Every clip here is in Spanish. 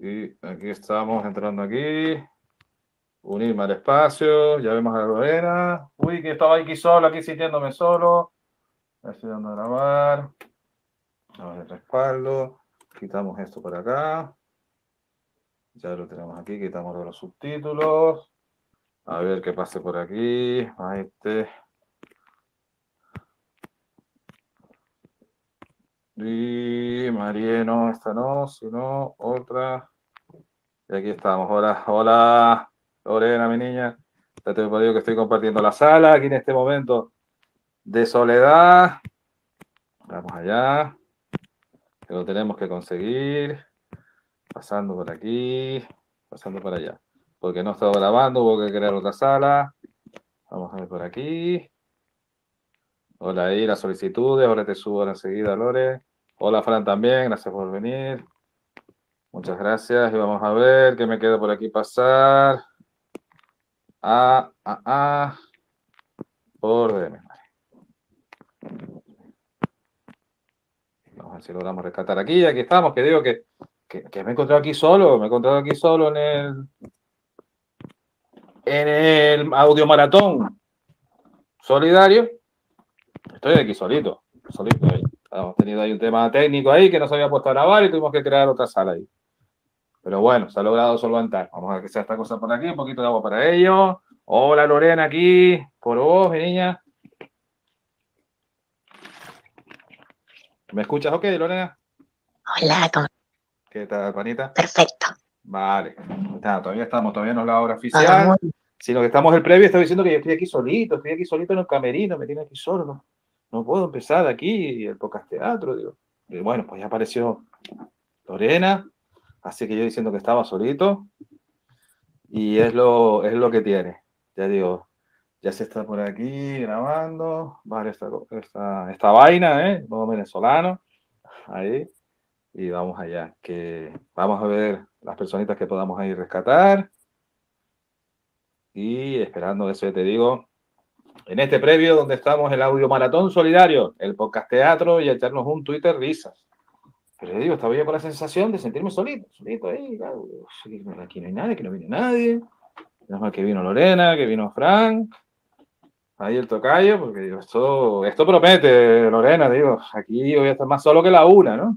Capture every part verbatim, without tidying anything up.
Y aquí estamos entrando aquí. Unirme al espacio. Ya vemos a la Lorena. Uy, que estaba aquí solo, aquí sintiéndome solo. Estoy dando a grabar. Vamos el respaldo. Quitamos esto por acá. Ya lo tenemos aquí. Quitamos los subtítulos. A ver qué pase por aquí. A este. Y María, no, esta no, sino otra. Y aquí estamos. Hola, hola, Lorena, mi niña. Ya te digo que estoy compartiendo la sala aquí en este momento de soledad. Vamos allá. Que lo tenemos que conseguir. Pasando por aquí. Pasando por allá. Porque no estaba grabando, hubo que crear otra sala. Vamos a ver por aquí. Hola ahí, las solicitudes. Ahora te subo enseguida, Lore. Hola, Fran, también. Gracias por venir. Muchas gracias. Y vamos a ver qué me queda por aquí pasar. Ah, ah, ah. Por D M. Vamos a ver si logramos rescatar aquí. Aquí estamos, que digo que, que, que me he encontrado aquí solo. Me he encontrado aquí solo en el en el audio maratón solidario. Estoy aquí solito. Solito ahí. Hemos tenido ahí un tema técnico ahí que no se había puesto a grabar y tuvimos que crear otra sala ahí. Pero bueno, se ha logrado solventar. Vamos a ver qué sea esta cosa por aquí. Un poquito de agua para ellos. Hola, Lorena, aquí. Por vos, mi niña. ¿Me escuchas ok, Lorena? Hola, ¿cómo? ¿Qué tal, panita? Perfecto. Vale. Está, todavía estamos, todavía no es la hora oficial, sino que estamos el previo. Estoy diciendo que yo estoy aquí solito, estoy aquí solito en el camerino, me tiene aquí solo. No, no puedo empezar aquí el podcast teatro. Digo. Y bueno, pues ya apareció Lorena, así que yo diciendo que estaba solito. Y es lo, es lo que tiene. Ya digo, ya se está por aquí grabando. Vale, esta, esta, esta vaina, ¿eh? Modo venezolano. Ahí. Y vamos allá, que vamos a ver las personitas que podamos ahí rescatar. Y esperando eso, ya te digo, en este previo donde estamos el audio maratón solidario, el podcast teatro y echarnos un Twitter risas. Pero digo, estaba yo con la sensación de sentirme solito, solito ahí. Claro, aquí no hay nadie, que no viene nadie. Menos mal que vino Lorena, que vino Frank. Ahí el tocayo, porque digo, esto, esto promete, Lorena, digo, aquí voy a estar más solo que la una, ¿no?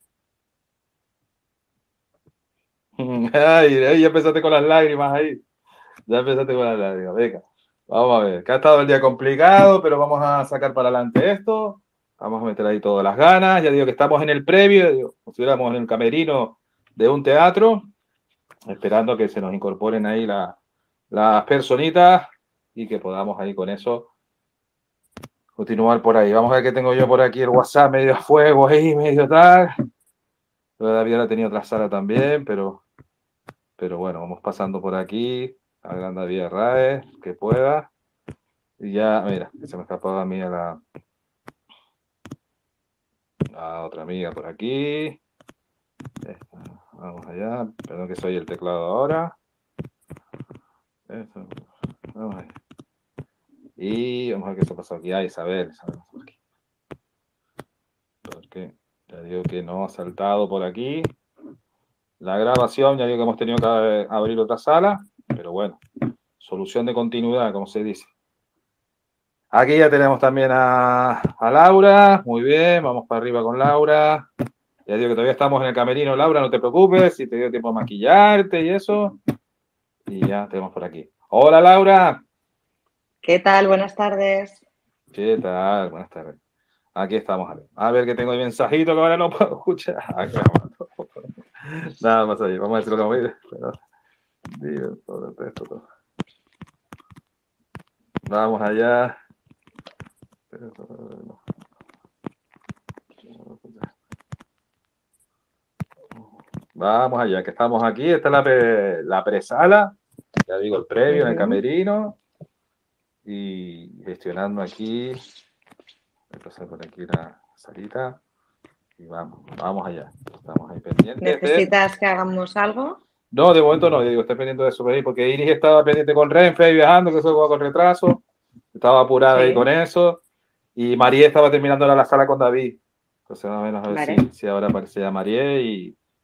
Ay, ay, ya empezaste con las lágrimas ahí. Ya empezaste con las lágrimas. Venga, vamos a ver. Que ha estado el día complicado, pero vamos a sacar para adelante esto. Vamos a meter ahí todas las ganas. Ya digo que estamos en el previo, digo, como si estuviéramos en el camerino de un teatro, esperando que se nos incorporen ahí la, las personitas y que podamos ahí con eso continuar por ahí. Vamos a ver qué tengo yo por aquí, el WhatsApp medio a fuego ahí, medio tal. Todavía la tenía otra sala también, pero, pero bueno, vamos pasando por aquí. Agranda Vía Rae, que pueda. Y ya, mira, que se me escapaba a mí a la, a otra amiga por aquí. Esta. Vamos allá. Perdón que soy el teclado ahora. Eso. Vamos allá. Y vamos a ver qué se pasó aquí. Ah, Isabel. Isabel por aquí. Porque ya digo que no ha saltado por aquí. La grabación, ya digo que hemos tenido que abrir otra sala. Pero bueno, solución de continuidad, como se dice. Aquí ya tenemos también a, a Laura. Muy bien, vamos para arriba con Laura. Ya digo que todavía estamos en el camerino, Laura, no te preocupes, si te dio tiempo a maquillarte y eso. Y ya tenemos por aquí. Hola, Laura. ¿Qué tal? Buenas tardes. ¿Qué tal? Buenas tardes. Aquí estamos. A ver que tengo el mensajito que ahora no puedo escuchar. Nada más ahí. Vamos a decirlo como dice. Vamos allá. Vamos allá, que estamos aquí. Esta es la, pre, la presala. Ya digo, el previo en el camerino. Y gestionando aquí. Voy a pasar por aquí la salita. Y vamos, vamos allá. Estamos ahí pendientes. ¿Necesitas de... que hagamos algo? No, de momento no. Yo digo, estoy pendiente de eso ahí, porque Iris estaba pendiente con Renfe viajando, que eso va con retraso. Estaba apurada sí. ahí con eso. Y María estaba terminando la sala con David. Entonces, más o menos, a ver vale. si, si ahora aparece ya María y,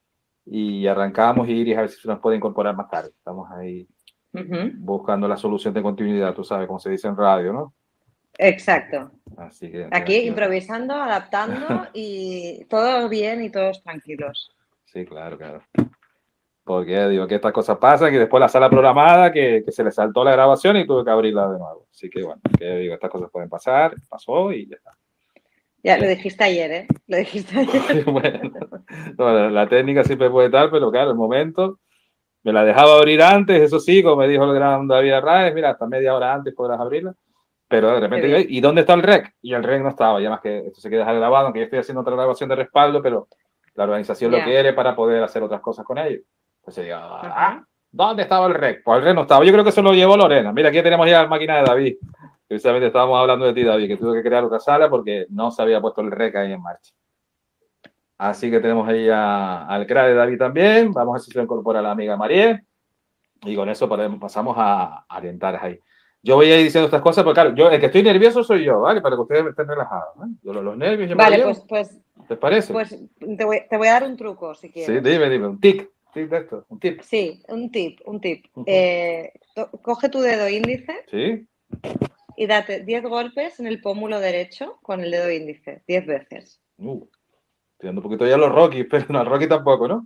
y arrancamos Iris a ver si se nos puede incorporar más tarde. Estamos ahí Uh-huh. buscando la solución de continuidad, tú sabes, como se dice en radio, ¿no? Exacto. Así que aquí improvisando, adaptando y todo bien y todos tranquilos. Sí, claro, claro. Porque digo que estas cosas pasan y después la sala programada que, que se le saltó la grabación y tuve que abrirla de nuevo. Así que bueno, que digo, estas cosas pueden pasar, pasó y ya está. Ya lo dijiste ayer, ¿eh? Lo dijiste ayer. Bueno, no, la, la técnica siempre puede estar, pero claro, el momento me la dejaba abrir antes, eso sí, como me dijo el gran David Arraez, mira, hasta media hora antes podrás abrirla. Pero de repente, ¿y dónde está el rec? Y el rec no estaba, y además que esto se queda grabado, aunque yo estoy haciendo otra grabación de respaldo, pero la organización yeah. lo quiere para poder hacer otras cosas con ellos. Entonces digo, ah, ¿dónde estaba el rec? Pues el rec no estaba. Yo creo que eso lo llevó Lorena. Mira, aquí tenemos ya la máquina de David. Precisamente estábamos hablando de ti, David, que tuve que crear otra sala porque no se había puesto el rec ahí en marcha. Así que tenemos ahí a, al crack de David también. Vamos a ver si se incorpora la amiga María. Y con eso pasamos a orientar ahí. Yo voy a ir diciendo estas cosas, porque claro, yo, el que estoy nervioso soy yo, ¿vale? Para que ustedes estén relajados, ¿eh? Yo los nervios... Yo vale, pues, pues... ¿Te parece? Pues te voy, te voy a dar un truco, si quieres. Sí, dime, dime, un tic, tic de esto, un tip. Sí, un tip, un tip. Uh-huh. eh, to, coge tu dedo índice. Sí. Y date diez golpes en el pómulo derecho con el dedo índice, diez veces. Uh. Tirando un poquito ya los Rocky, pero no, Rocky tampoco, ¿no?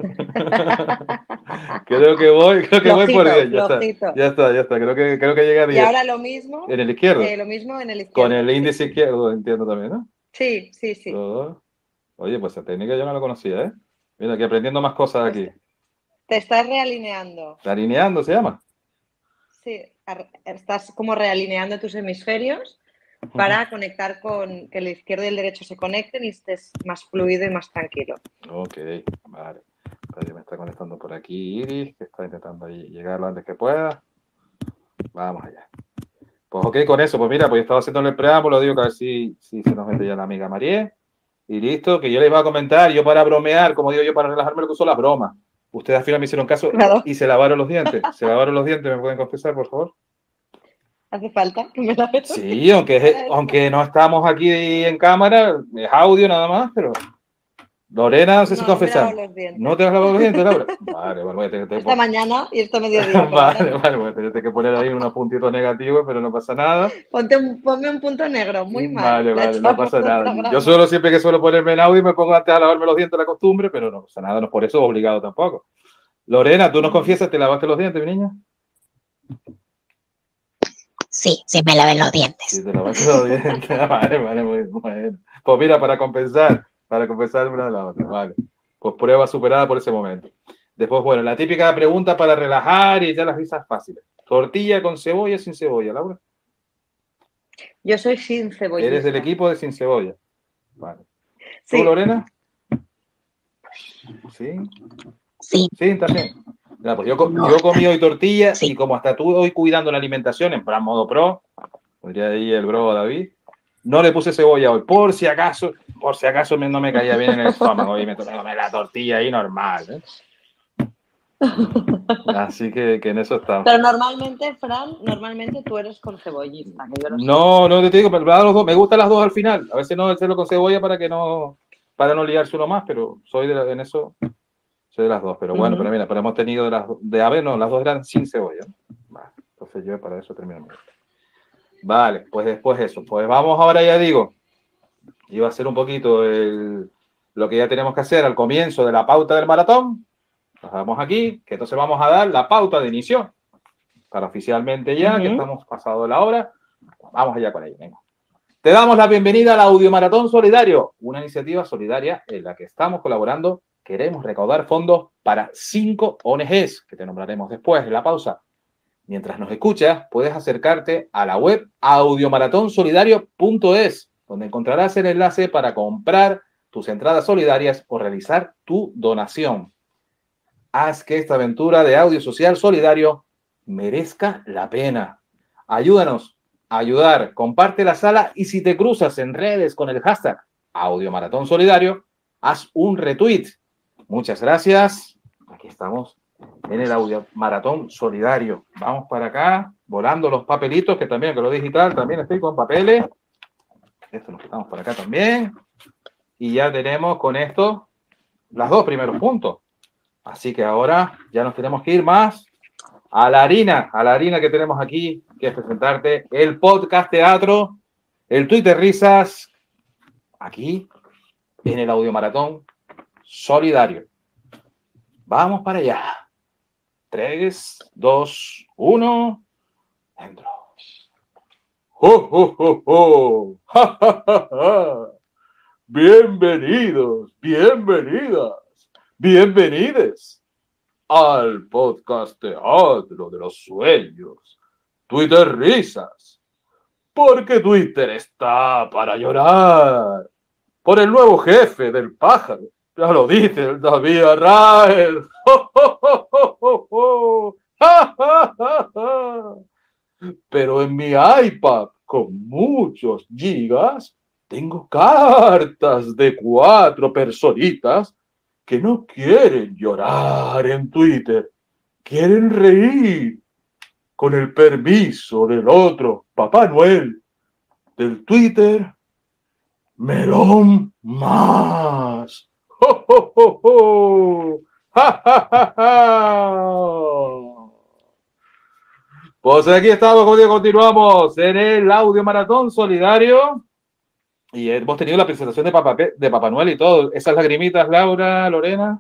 creo que voy, creo que flojito, voy por diez. Ya flojito. está, ya está, ya está. Creo que, creo que llegué a diez. Y ahora lo mismo. ¿En el izquierdo? Eh, lo mismo en el izquierdo. Con el índice sí. izquierdo, entiendo también, ¿no? Sí, sí, sí. Todo. Oye, pues esa técnica yo no la conocía, ¿eh? Mira, aquí aprendiendo más cosas aquí. Te estás realineando. ¿Realineando se llama? Sí, estás como realineando tus hemisferios para uh-huh. conectar con que el izquierdo y el derecho se conecten y estés más fluido y más tranquilo. Ok, vale. Me está conectando por aquí Iris, que está intentando llegar lo antes que pueda. Vamos allá. Pues ok, con eso, pues mira, pues yo estaba haciendo el preámbulo, digo que a ver si, si se nos mete ya la amiga María. Y listo, que yo les iba a comentar, yo para bromear, como digo yo, para relajarme, lo que uso las bromas. Ustedes al final me hicieron caso claro. y se lavaron los dientes. Se lavaron los dientes, ¿me pueden confesar, por favor? ¿Hace falta que me laves? Sí, aunque, aunque no estamos aquí en cámara, es audio nada más, pero... Lorena, no sé no, si confesar. ¿No te has lavado los dientes, Laura? Vale, vale. Voy a tener que Esta mañana y esta mediodía. vale, vale, voy a tener que poner ahí unos puntitos negativos, pero no pasa nada. Ponte un, ponme un punto negro, muy mal. Vale, vale, no pasa nada. Programa. Yo solo siempre que suelo ponerme en audio me pongo antes a lavarme los dientes la costumbre, pero no pasa nada, no es por eso obligado tampoco. Lorena, ¿tú nos confiesas, te lavaste los dientes, mi niña? Sí, sí me lavé los dientes. Sí, te lavaste los dientes. Vale, vale, muy bueno. Pues mira, para compensar, para compensar una de la otra, vale. Pues prueba superada por ese momento. Después, bueno, la típica pregunta para relajar y ya las risas fáciles. ¿Tortilla con cebolla o sin cebolla, Laura? Yo soy sin cebolla. ¿Eres del equipo de sin cebolla? Vale. ¿Tú, sí. Lorena? ¿Sí? Sí. Sí, también. Ya, pues yo, no. yo comí hoy tortilla sí. y como hasta tú hoy cuidando la alimentación en plan modo pro, podría ahí el bro David, no le puse cebolla hoy, por si acaso, por si acaso me, no me caía bien en el estómago y me tomé la tortilla ahí normal, ¿eh? Así que, que en eso estamos. Pero normalmente, Fran, normalmente tú eres con cebollista. Que yo no, no, no te digo, pero los dos, me gustan las dos al final. A veces no hacerlo con cebolla para que no, para no liarse uno más, pero soy de, en eso, soy de las dos. Pero bueno, uh-huh. pero mira, pero hemos tenido de las de ave, no, las dos eran sin cebolla. Vale, entonces yo para eso termino. Vale, pues después eso. Pues vamos ahora, ya digo, iba a hacer un poquito el, lo que ya tenemos que hacer al comienzo de la pauta del maratón. Nos damos aquí, que entonces vamos a dar la pauta de inicio. Para oficialmente ya, uh-huh. que estamos pasado la hora, vamos allá con ello. Venga. Te damos la bienvenida al Audio Maratón Solidario, una iniciativa solidaria en la que estamos colaborando. Queremos recaudar fondos para cinco O N Ges, que te nombraremos después de la pausa. Mientras nos escuchas, puedes acercarte a la web audiomaratónsolidario punto es, donde encontrarás el enlace para comprar tus entradas solidarias o realizar tu donación. Haz que esta aventura de audio social solidario merezca la pena. Ayúdanos a ayudar, comparte la sala y si te cruzas en redes con el hashtag Audio Maratón Solidario, haz un retweet. Muchas gracias. Aquí estamos en el Audio Maratón Solidario. Vamos para acá, volando los papelitos, que también, que lo digital, también estoy con papeles. Esto lo quitamos por acá también. Y ya tenemos con esto los dos primeros puntos. Así que ahora ya nos tenemos que ir más a la harina, a la harina que tenemos aquí, que es presentarte el podcast teatro, el Twitter Risas, aquí en el Audio Maratón Solidario. Vamos para allá. tres, dos, uno. Dentro. ¡Oh, oh, oh, oh! ¡Ja, ja, ja, ja! Bienvenidos, bienvenidas, bienvenides al podcast Teatro de los Sueños, Twitter Risas, porque Twitter está para llorar por el nuevo jefe del pájaro, ya lo dice el David Arraez. ¡Oh, oh, oh, oh, oh, oh! ¡Ja, ja, ja, ja! Pero en mi iPad con muchos gigas tengo cartas de cuatro personitas que no quieren llorar en Twitter, quieren reír con el permiso del otro Papá Noel del Twitter Melón Más. ¡Oh, oh, oh, oh! ¡Ja, ja, ja, ja! Pues aquí estamos, como digo, continuamos en el Audio Maratón Solidario y hemos tenido la presentación de Papá, de Papá Noel y todo. Esas lagrimitas, Laura, Lorena.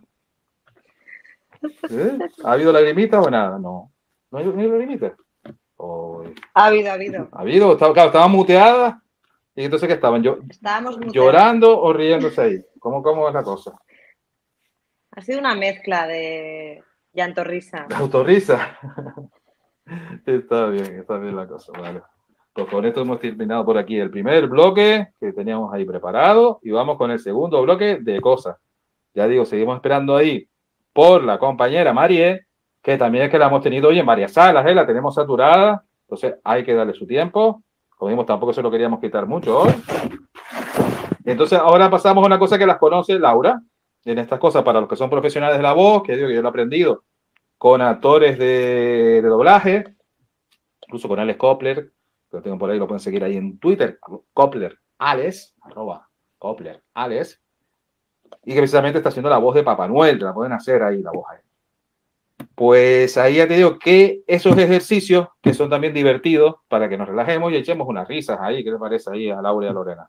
¿Eh? ¿Ha habido lagrimitas o nada? No. ¿No hay, no hay lagrimitas? Oh. Ha habido, ha habido. ¿Ha habido? Estaba, claro, estaban muteadas y entonces ¿qué estaban? Yo, Estábamos muteadas. ¿Llorando o riéndose ahí? ¿Cómo, cómo es la cosa? Ha sido una mezcla de llanto-risa. ¿De autorrisa? Está bien, está bien la cosa, vale. Pues con esto hemos terminado por aquí el primer bloque que teníamos ahí preparado y vamos con el segundo bloque de cosas. Ya digo, seguimos esperando ahí por la compañera Marie, que también es que la hemos tenido hoy en varias salas, ¿eh? La tenemos saturada, entonces hay que darle su tiempo. Como vimos, tampoco se lo queríamos quitar mucho hoy. Entonces ahora pasamos a una cosa que las conoce Laura, en estas cosas para los que son profesionales de la voz, que digo que yo lo he aprendido con actores de, de doblaje, incluso con Alex Kopler, que lo tengo por ahí, lo pueden seguir ahí en Twitter, Kopler, Alex, arroba Kopler, Alex, y que precisamente está haciendo la voz de Papá Noel, la pueden hacer ahí la voz ahí. Pues ahí ya te digo que esos ejercicios que son también divertidos para que nos relajemos y echemos unas risas ahí, ¿qué te parece ahí a Laura y a Lorena?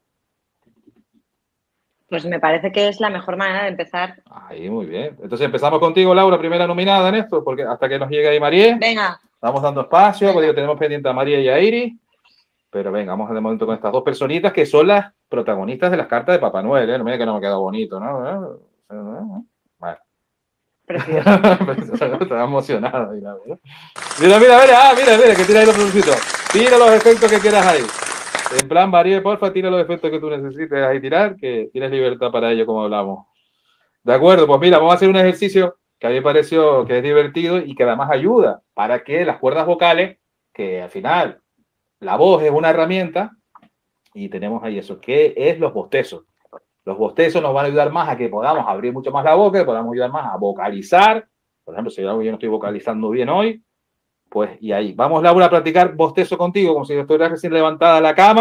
Pues me parece que es la mejor manera de empezar. Ahí, muy bien. Entonces empezamos contigo, Laura, primera nominada en esto, porque hasta que nos llegue ahí María. Venga. Estamos dando espacio, porque tenemos pendiente a María y a Iris. Pero venga, vamos de momento con estas dos personitas que son las protagonistas de las cartas de Papá Noel, ¿eh? No mira que no me ha quedado bonito, ¿no? Vale. Precioso. Estaba emocionada. Mira, mira, mira, mira, ah, mira, mira, que tira ahí los producitos. Tira los efectos que quieras ahí. En plan, María, porfa, tira los efectos que tú necesites ahí tirar, que tienes libertad para ello, como hablamos. De acuerdo, pues mira, vamos a hacer un ejercicio que a mí me pareció que es divertido y que además ayuda para que las cuerdas vocales, que al final la voz es una herramienta, y tenemos ahí eso, que es los bostezos. Los bostezos nos van a ayudar más a que podamos abrir mucho más la boca, que podamos ayudar más a vocalizar. Por ejemplo, si yo no estoy vocalizando bien hoy, pues, y ahí. Vamos, Laura, a practicar bostezo contigo, como si estuvieras recién levantada de la cama.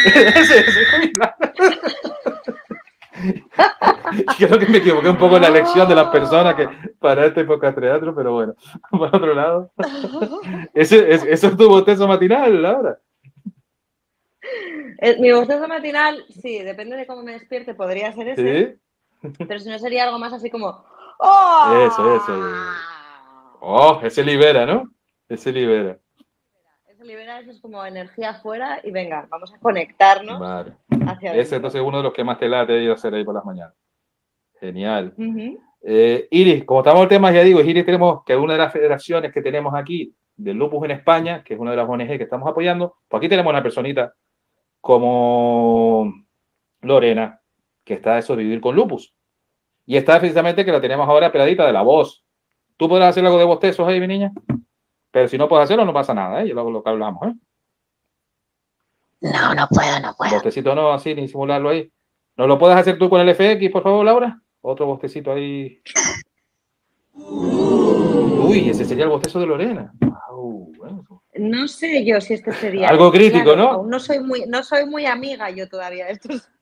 Creo que me equivoqué un poco en la elección de las personas que para esta época de teatro, pero bueno, por otro lado. Ese, es, ¿Eso es tu bostezo matinal, Laura? Mi bostezo matinal, sí, depende de cómo me despierte, podría ser ese. ¿Sí? Pero si no sería algo más así como... ¡Oh! Eso, eso. Oh, ese libera, ¿no? Ese libera. Ese libera, eso es como energía afuera y venga, vamos a conectarnos. Vale. Hacia Ese entonces es uno de los que más te late ir a hacer ahí por las mañanas. Genial. Uh-huh. eh, Iris, como estamos en el tema, ya digo, Iris tenemos que una de las federaciones que tenemos aquí del lupus en España, que es una de las O N G que estamos apoyando, pues aquí tenemos una personita como Lorena, que está eso de vivir con lupus. Y está precisamente que la tenemos ahora peladita de la voz. ¿Tú podrás hacer algo de bostezos ahí, mi niña? Pero si no puedes hacerlo, no pasa nada, ¿eh? Yo lo, lo que hablamos, ¿eh? No, no puedo, no puedo. Bostecito no, así, ni simularlo ahí. ¿No lo puedes hacer tú con el F X, por favor, Laura? Otro bostecito ahí. Uy, ese sería el bostezo de Lorena. Wow, bueno. No sé yo si este sería... Algo crítico, claro, ¿no? Aún no soy muy, no soy muy amiga yo todavía de estos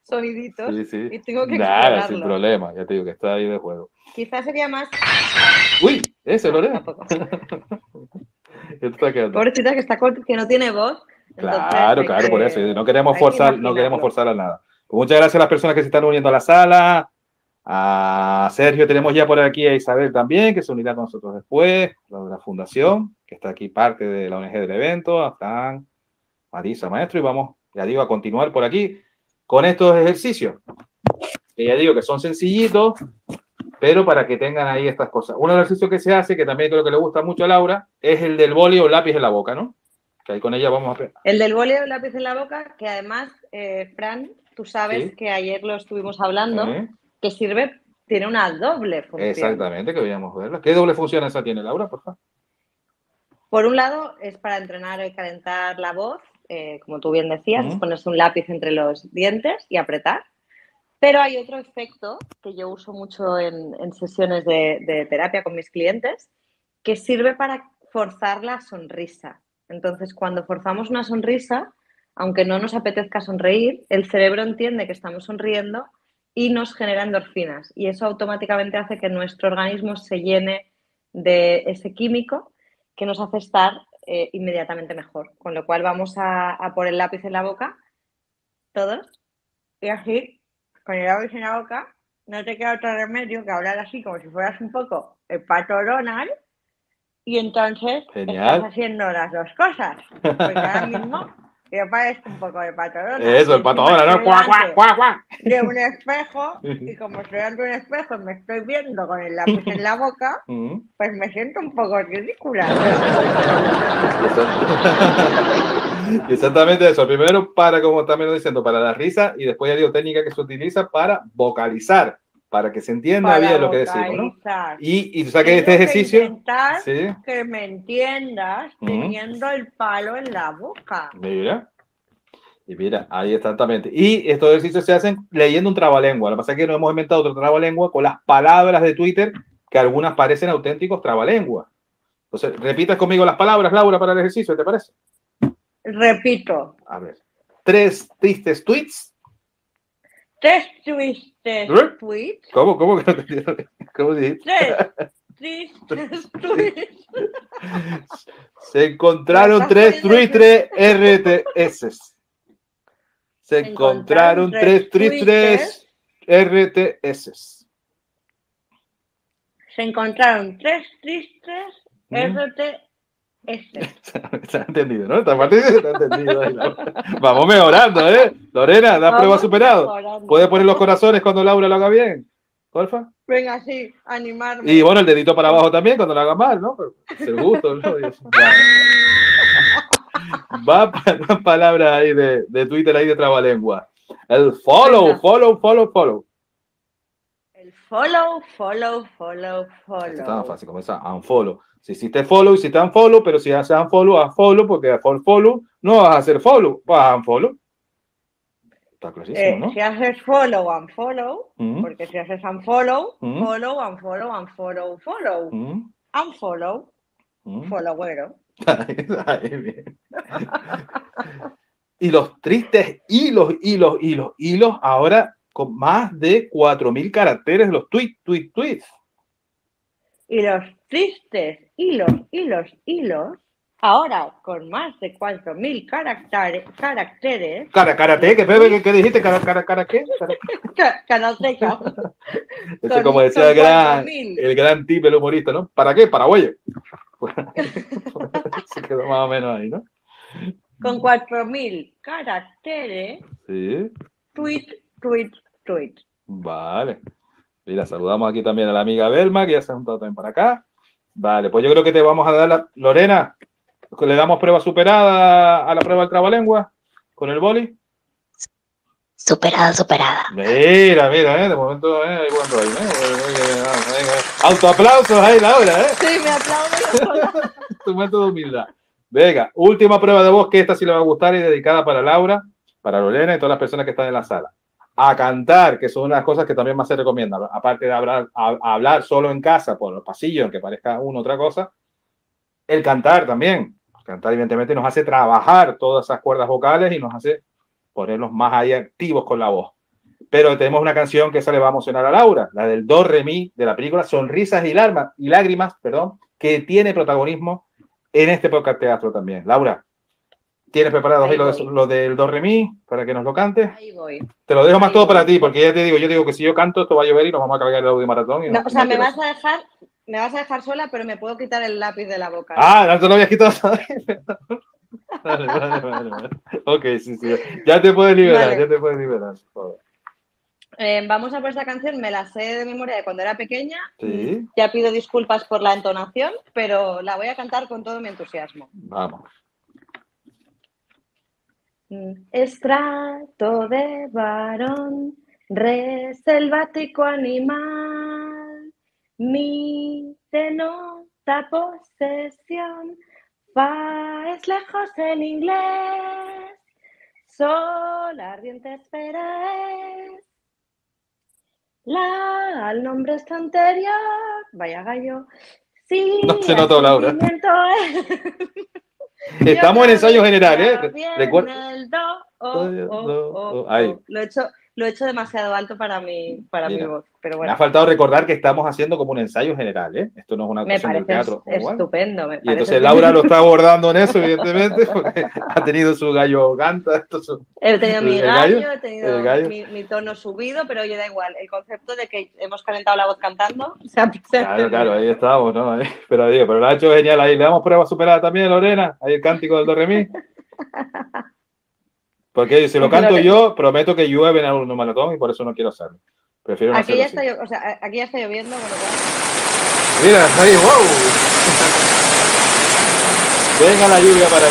soniditos Sí, sí. y tengo que Nada, explorarlo. sin problema. Ya te digo que está ahí de juego. Quizás sería más... ¡Uy! Ese, No, Lorena. tampoco. ¿Qué te está quedando? Pobrecita que está corta, que no tiene voz. Entonces Claro, hay claro, que- por eso. No queremos hay que forzar, no imaginarlo. queremos forzar a nada. Pues muchas gracias a las personas que se están uniendo a la sala. A Sergio tenemos ya por aquí a Isabel también, que se unirá con nosotros después, la de la fundación, que está aquí parte de la O N G del evento. Están Marisa, maestro, y vamos, ya digo, a continuar por aquí con estos ejercicios. Que ya digo que son sencillitos, pero para que tengan ahí estas cosas. Un ejercicio que se hace, que también creo que le gusta mucho a Laura, es el del boli o lápiz en la boca, ¿no? Que ahí con ella vamos a... El del boli o el lápiz en la boca, que además, eh, Fran, tú sabes Sí. que ayer lo estuvimos hablando, ¿Eh? que sirve, tiene una doble función. Exactamente, que veíamos verla. ¿Qué doble función esa tiene, Laura, por favor? Por un lado, es para entrenar y calentar la voz, eh, como tú bien decías, Mm. es ponerse un lápiz entre los dientes y apretar. Pero hay otro efecto que yo uso mucho en, en sesiones de, de terapia con mis clientes, que sirve para forzar la sonrisa. Entonces, cuando forzamos una sonrisa, aunque no nos apetezca sonreír, el cerebro entiende que estamos sonriendo y nos genera endorfinas. Y eso automáticamente hace que nuestro organismo se llene de ese químico que nos hace estar eh, inmediatamente mejor. Con lo cual vamos a, a por el lápiz en la boca, todos, y así, con el lápiz en la boca, no te queda otro remedio que hablar así como si fueras un poco el Pato Donald, y entonces Genial. estás haciendo las dos cosas. Porque ahora mismo yo parezco un poco de Pato Donald. Eso, el pato Encima ahora, ¿no? estoy ¡Cuac, cuac, delante cuac, cuac! de un espejo, y como estoy ante un espejo y me estoy viendo con el lápiz en la boca, Mm. pues me siento un poco ridícula. Exactamente eso. Primero para, como también lo diciendo, para la risa, y después ya digo, técnica que se utiliza para vocalizar, para que se entienda Para bien lo que decimos, ¿no? vocalizar. Y, y tú sabes que Tengo este que ejercicio... intentar Sí, que me entiendas Ujú. teniendo el palo en la boca. mira. Y mira, ahí exactamente. Y estos ejercicios se hacen leyendo un trabalengua. Lo que pasa es que no hemos inventado otro trabalengua con las palabras de Twitter, que algunas parecen auténticos trabalenguas. Entonces, repitas conmigo las palabras, Laura, para el ejercicio, ¿te parece? Repito, A ver. Tres tristes tweets. tres tristes ¿Eh? tweets. ¿Cómo? ¿Cómo? ¿Cómo dijiste? Tres tristes tweets. Se encontraron Me tres estás poniendo- tristes R T S. Se encontraron tres tristes R T S. Se encontraron tres tristes ¿Mm? R T S. Se ha entendido, ¿no? Esta parte se ha entendido. ahí, Laura. Vamos mejorando, ¿eh? Lorena, da prueba Vamos superado. mejorando. Puedes poner los corazones cuando Laura lo haga bien. Porfa. Venga, sí, animarme. Y bueno, el dedito para abajo también cuando lo haga mal, ¿no? Pero es el gusto, ¿no? Dios, va para palabras ahí de, de Twitter, ahí de trabalengua. El follow, Venga. follow, follow, follow. El follow, follow, follow, Esto está tan follow. fácil como esa unfollow. Si hiciste follow, hiciste unfollow, pero si haces unfollow, haz follow, porque for follow no vas a hacer follow, vas a unfollow. Está clarísimo, Eh, ¿no? Si haces follow, unfollow, Mm, porque si haces unfollow, Mm. follow, unfollow, unfollow, follow, mm, unfollow, mm. followero. Ahí, bien. Y los tristes hilos, hilos, hilos, hilos, ahora con más de cuatro mil caracteres los tweets, tweets, tweets. Y los tristes hilos, hilos, hilos, ahora con más de cuatro mil caracteres, caracteres, Cara, karate, ¿qué, ¿qué, ¿qué dijiste? Cara, cara, cara, ¿qué? Cara- ca- karateka, Ese, Con- como decía con el gran, cuatro mil. el gran tip, el humorista, ¿no? ¿Para qué? Para güeyes. Se quedó más o menos ahí, ¿no? con cuatro mil caracteres, Sí, tweet, tweet, tweet. vale. Mira, saludamos aquí también a la amiga Belma, que ya se ha juntado también para acá. Vale, pues yo creo que te vamos a dar la... Lorena, ¿le damos prueba superada a la prueba del trabalengua con el boli? Superada, superada. Mira, mira, ¿eh? De momento, ¿eh? Hay buen rollo, ¿eh? Autoaplausos ahí, Laura, ¿eh? Sí, me aplaudo. Tu momento de humildad. Venga, última prueba de voz, que esta sí le va a gustar y dedicada para Laura, para Lorena y todas las personas que están en la sala. A cantar, que son unas cosas que también más se recomiendan. Aparte de hablar, a, a hablar solo en casa, por los pasillos, aunque parezca una otra cosa, el cantar también. Cantar, evidentemente, nos hace trabajar todas esas cuerdas vocales y nos hace ponernos más ahí activos con la voz. pero tenemos una canción que esa le va a emocionar a Laura, la del Do Re Mi de la película Sonrisas y, Larma, y Lágrimas, perdón, que tiene protagonismo en este podcast teatro también. Laura, ¿tienes preparado ahí, ahí lo, de, lo del Do Re Mi para que nos lo cantes? Ahí voy. Te lo dejo más ahí todo voy. para ti, porque ya te digo, yo digo que si yo canto esto va a llover y nos vamos a cargar el audio maratón. Y no, no, o sea, no me vas a dejar, me vas a dejar sola, pero me puedo quitar el lápiz de la boca. ¿No? Ah, no te lo habías quitado todavía. Vale, vale, vale, vale. Ok, sí, sí. Ya te puedes liberar, vale. ya te puedes liberar. Por favor. Eh, vamos a por esta canción, me la sé de memoria de cuando era pequeña. Sí. Ya pido disculpas por la entonación, pero la voy a cantar con todo mi entusiasmo. Vamos. Estrato de varón, re selvático animal, mi denota posesión, fa es lejos en inglés, sol ardiente espera es, la al nombre es anterior, vaya gallo, sí, no se notó, Laura. Es... Estamos en ensayo general, ¿eh? Recuerda. El do, oh, oh, oh, Ahí. oh. Lo he hecho, lo he hecho demasiado alto para mi, para mi voz, pero bueno. Me ha faltado recordar que estamos haciendo como un ensayo general, ¿eh? Esto no es una actuación del teatro. Estupendo. Me y entonces Laura lo está abordando en eso, evidentemente, porque ha tenido su gallo canta. Esto su, he tenido mi gallo, gallo, he tenido gallo. Mi, mi tono subido, pero oye, da igual. El concepto de que hemos calentado la voz cantando, o sea, claro, claro, ahí estamos, ¿no? Ahí, pero, digo, pero lo ha hecho genial ahí. Le damos prueba superada también, Lorena. Ahí el cántico del Do Re Mi. Porque si lo canto yo, prometo que llueve en el maratón y por eso no quiero hacerlo. Prefiero no aquí, ya hacerlo está, o sea, aquí ya está lloviendo. Bueno, bueno. Mira, ahí, wow. Venga la lluvia para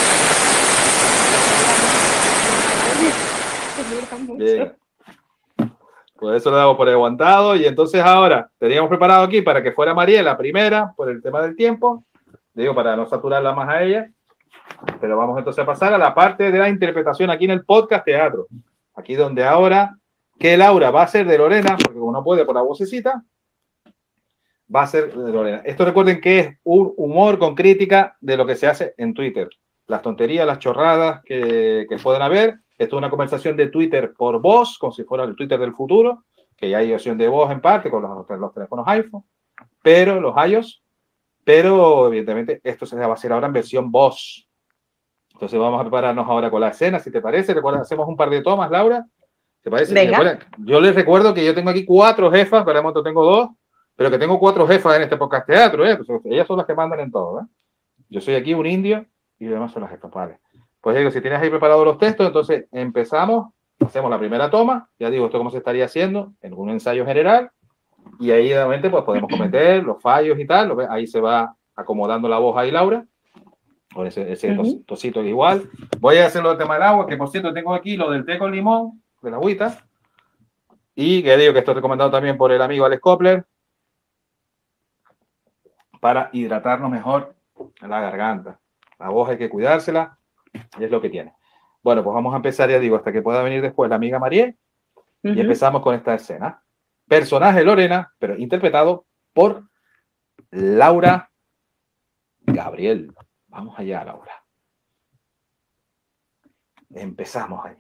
allá. Bien. Pues eso lo damos por aguantado. Y entonces ahora teníamos preparado aquí para que fuera Mariela primera por el tema del tiempo. Digo, para no saturarla más a ella. Pero vamos entonces a pasar a la parte de la interpretación aquí en el podcast teatro. Aquí donde ahora que Laura va a ser de Lorena, porque como no puede por la vocecita, va a ser de Lorena. Esto recuerden que es un humor con crítica de lo que se hace en Twitter. Las tonterías, las chorradas que, que pueden haber. Esto es una conversación de Twitter por voz, como si fuera el Twitter del futuro, que ya hay opción de voz en parte con los, los teléfonos iPhone, pero los iOS, pero evidentemente esto se va a hacer ahora en versión voz. Entonces vamos a prepararnos ahora con la escena, si te parece. Recuerda, hacemos un par de tomas, Laura. ¿Te parece? Venga. Yo les recuerdo que yo tengo aquí cuatro jefas, para el momento tengo dos, pero que tengo cuatro jefas en este podcast teatro, ¿eh? Pues ellas son las que mandan en todo, ¿eh? Yo soy aquí un indio y demás son las jefas, vale. Pues digo, si tienes ahí preparados los textos, entonces empezamos, hacemos la primera toma, ya digo, esto cómo se estaría haciendo en un ensayo general, y ahí obviamente pues podemos cometer los fallos y tal, ahí se va acomodando la voz ahí, Laura. Con ese, ese uh-huh. tosito igual. Voy a hacer lo del tema del agua, que por cierto tengo aquí lo del té con limón, de la agüita. Y que digo que esto es recomendado también por el amigo Alex Kopler para hidratarnos mejor en la garganta. La voz hay que cuidársela y es lo que tiene. Bueno, pues vamos a empezar, ya digo, hasta que pueda venir después la amiga Mariel. Uh-huh. Y empezamos con esta escena. Personaje Lorena, pero interpretado por Laura Gabriel. Vamos allá, Laura. Empezamos ahí.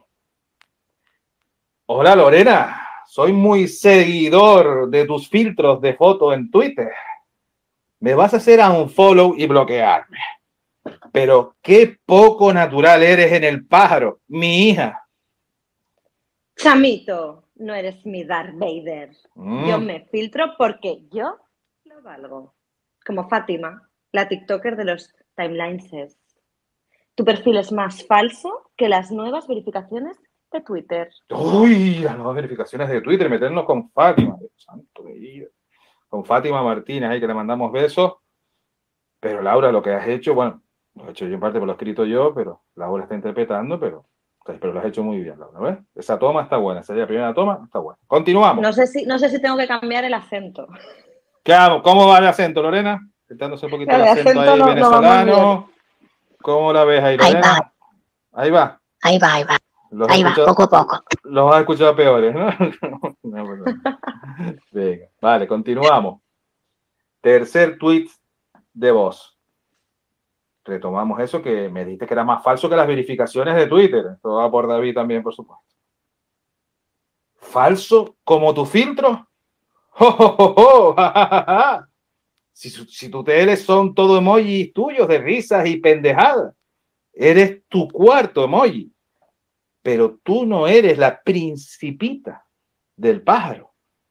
Hola, Lorena. Soy muy seguidor de tus filtros de foto en Twitter. Me vas a hacer unfollow y bloquearme. Pero qué poco natural eres en el pájaro, mi hija. Chamito, no eres mi Darth Vader. Mm. Yo me filtro porque yo lo valgo. Como Fátima, la TikToker de los timelines. Tu perfil es más falso que las nuevas verificaciones de Twitter. Uy, las nuevas verificaciones de Twitter, meternos con Fátima. Santo de Dios. Con Fátima Martínez, ahí que le mandamos besos. Pero Laura, lo que has hecho, bueno, lo he hecho yo en parte, por lo he escrito yo, pero Laura está interpretando, pero, pero lo has hecho muy bien, Laura, ¿ves? Esa toma está buena, esa la primera toma está buena. Continuamos. No sé si, no sé si tengo que cambiar el acento. ¿Qué hago? ¿Cómo va el acento, Lorena? Quitándose un poquito el, el acento, acento ahí no, venezolano. No ¿Cómo la ves ahí, Lorena? Ahí va. Ahí va. Ahí va, ahí va. Los ahí va, poco a poco. Los has escuchado peores, ¿no? no, no. Venga, vale, continuamos. Tercer tweet de voz. Retomamos eso que me dijiste que era más falso que las verificaciones de Twitter. Esto va por David también, por supuesto. falso como tu filtro? ¡Oh, oh, oh, oh! ¡Ja, ja, ja, ja! Si, si tus T Ls son todo emojis tuyos de risas y pendejadas, eres tu cuarto emoji, pero tú no eres la principita del pájaro.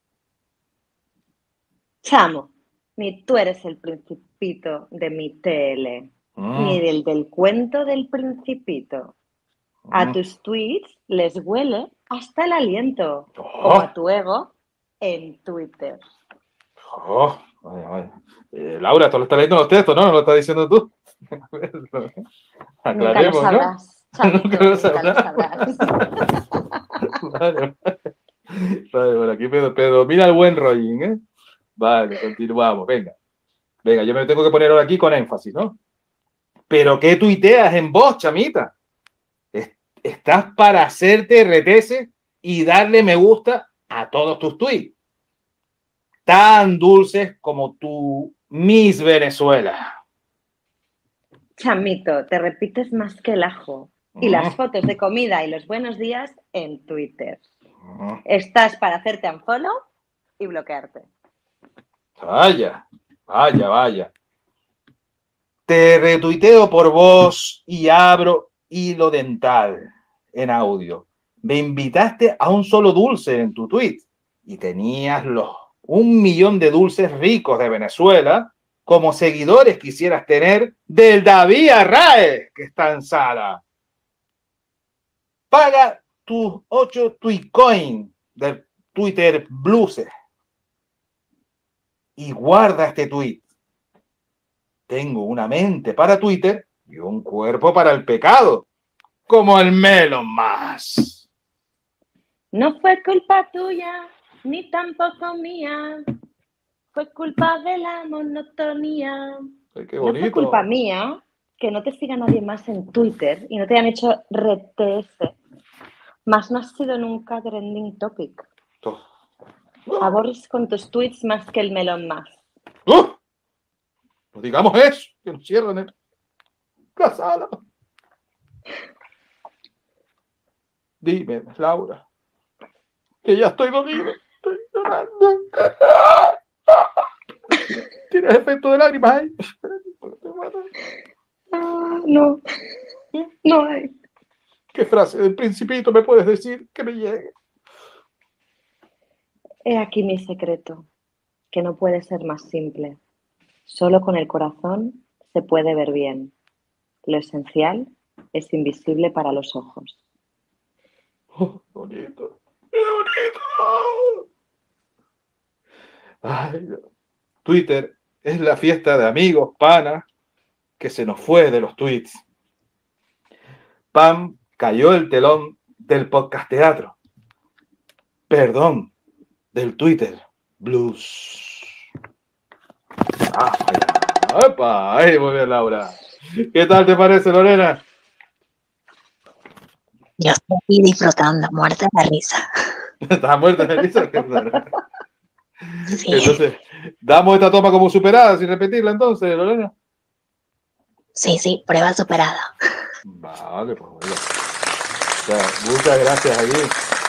Chamo, ni tú eres el principito de mi T L, mm. ni del del cuento del principito. Mm. A tus tweets les huele hasta el aliento, oh. como a tu ego en Twitter. Oh, vaya, vaya. Eh, Laura, tú lo estás leyendo los textos, ¿no? ¿No lo estás diciendo tú? Aclaremos, nunca lo sabrás, ¿no? Chavito, nunca lo sabrás. Nunca lo sabrás. Vale, vale. Vale, bueno, aquí predomina el buen rolling, ¿eh? Vale, continuamos, venga. Venga, yo me tengo que poner ahora aquí con énfasis, ¿no? ¿Pero qué tuiteas en voz, chamita? Estás para hacerte R T C y darle me gusta a todos tus tweets. Tan dulces como tu Miss Venezuela. Chamito, te repites más que el ajo. Y uh-huh. las fotos de comida y los buenos días en Twitter. Uh-huh. Estás para hacerte unfollow y bloquearte. Vaya, vaya, vaya. Te retuiteo por voz y abro hilo dental en audio. Me invitaste a un solo dulce en tu tweet y tenías los un millón de dulces ricos de Venezuela como seguidores quisieras tener del David Arraez que está en sala. Paga tus ocho Tweetcoin del Twitter Blues y guarda este tweet. Tengo una mente para Twitter y un cuerpo para el pecado, como el Melon Más. No fue culpa tuya, ni tampoco mía. Fue culpa de la monotonía. Ay, qué bonito. No fue culpa mía que no te siga nadie más en Twitter y no te hayan hecho R T S. Más no has sido nunca trending topic. Oh. Aborres con tus tweets más que el Melon Más. ¡Oh! No digamos eso, que nos cierran el... la sala. Dime, Laura, que ya estoy dolido. Estoy llorando. ¿Tienes efecto de lágrimas ahí? Ah, no, no hay. ¿Qué frase del Principito me puedes decir que me llegue? He aquí mi secreto, que no puede ser más simple. Solo con el corazón se puede ver bien. Lo esencial es invisible para los ojos. Oh, bonito, qué bonito. Ay, Twitter es la fiesta de amigos, panas, que se nos fue de los tweets. Pam, cayó el telón del podcast teatro. Perdón, del Twitter Blues. Ah, ¡opa! Ahí, muy bien, Laura. ¿Qué tal te parece, Lorena? Yo estoy disfrutando, muerta de la risa. ¿Estás muerta de risa? Sí. Entonces, ¿damos esta toma como superada sin repetirla entonces, Lorena? Sí, sí, prueba superada. Vale, pues bueno. O sea, muchas gracias aquí.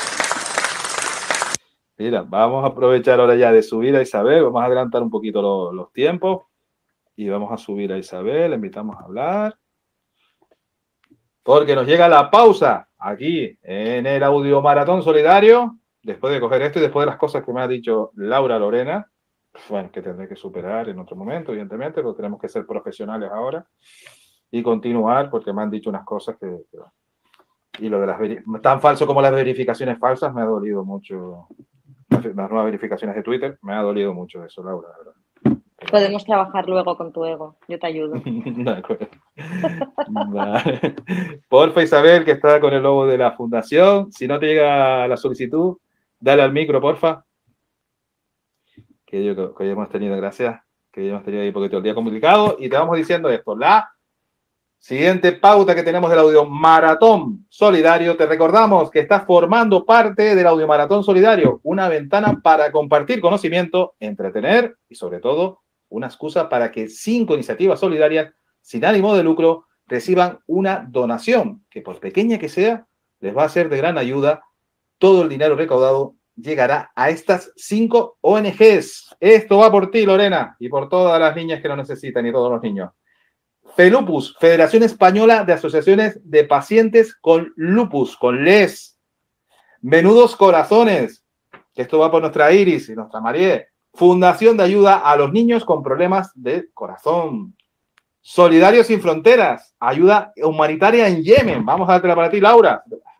Mira, vamos a aprovechar ahora ya de subir a Isabel, vamos a adelantar un poquito los, los tiempos y vamos a subir a Isabel, le invitamos a hablar. Porque nos llega la pausa aquí en el Audio Maratón Solidario, después de coger esto y después de las cosas que me ha dicho Laura Lorena, bueno, que tendré que superar en otro momento, evidentemente, pero tenemos que ser profesionales ahora y continuar porque me han dicho unas cosas que... que y lo de las... tan falso como las verificaciones falsas me ha dolido mucho. Las nuevas verificaciones de Twitter, me ha dolido mucho eso, Laura, la verdad. Podemos trabajar luego con tu ego, yo te ayudo. De acuerdo. Vale. Porfa, Isabel, que está con el logo de la fundación, si no te llega la solicitud, dale al micro, porfa. Que yo que hoy hemos tenido, gracias, que hoy hemos tenido ahí un poquito el día complicado, y te vamos diciendo esto, la siguiente pauta que tenemos del Audio Maratón Solidario. Te recordamos que estás formando parte del Audio Maratón Solidario, una ventana para compartir conocimiento, entretener y sobre todo una excusa para que cinco iniciativas solidarias sin ánimo de lucro reciban una donación que por pequeña que sea les va a ser de gran ayuda. Todo el dinero recaudado llegará a estas cinco O N Ges. Esto va por ti, Lorena, y por todas las niñas que lo necesitan y todos los niños. FELUPUS, Federación Española de Asociaciones de Pacientes con Lupus, con L E S. Menudos Corazones, que esto va por nuestra Iris y nuestra María. Fundación de Ayuda a los Niños con Problemas de Corazón. Solidarios Sin Fronteras, ayuda humanitaria en Yemen. Vamos a dártela para ti, Laura.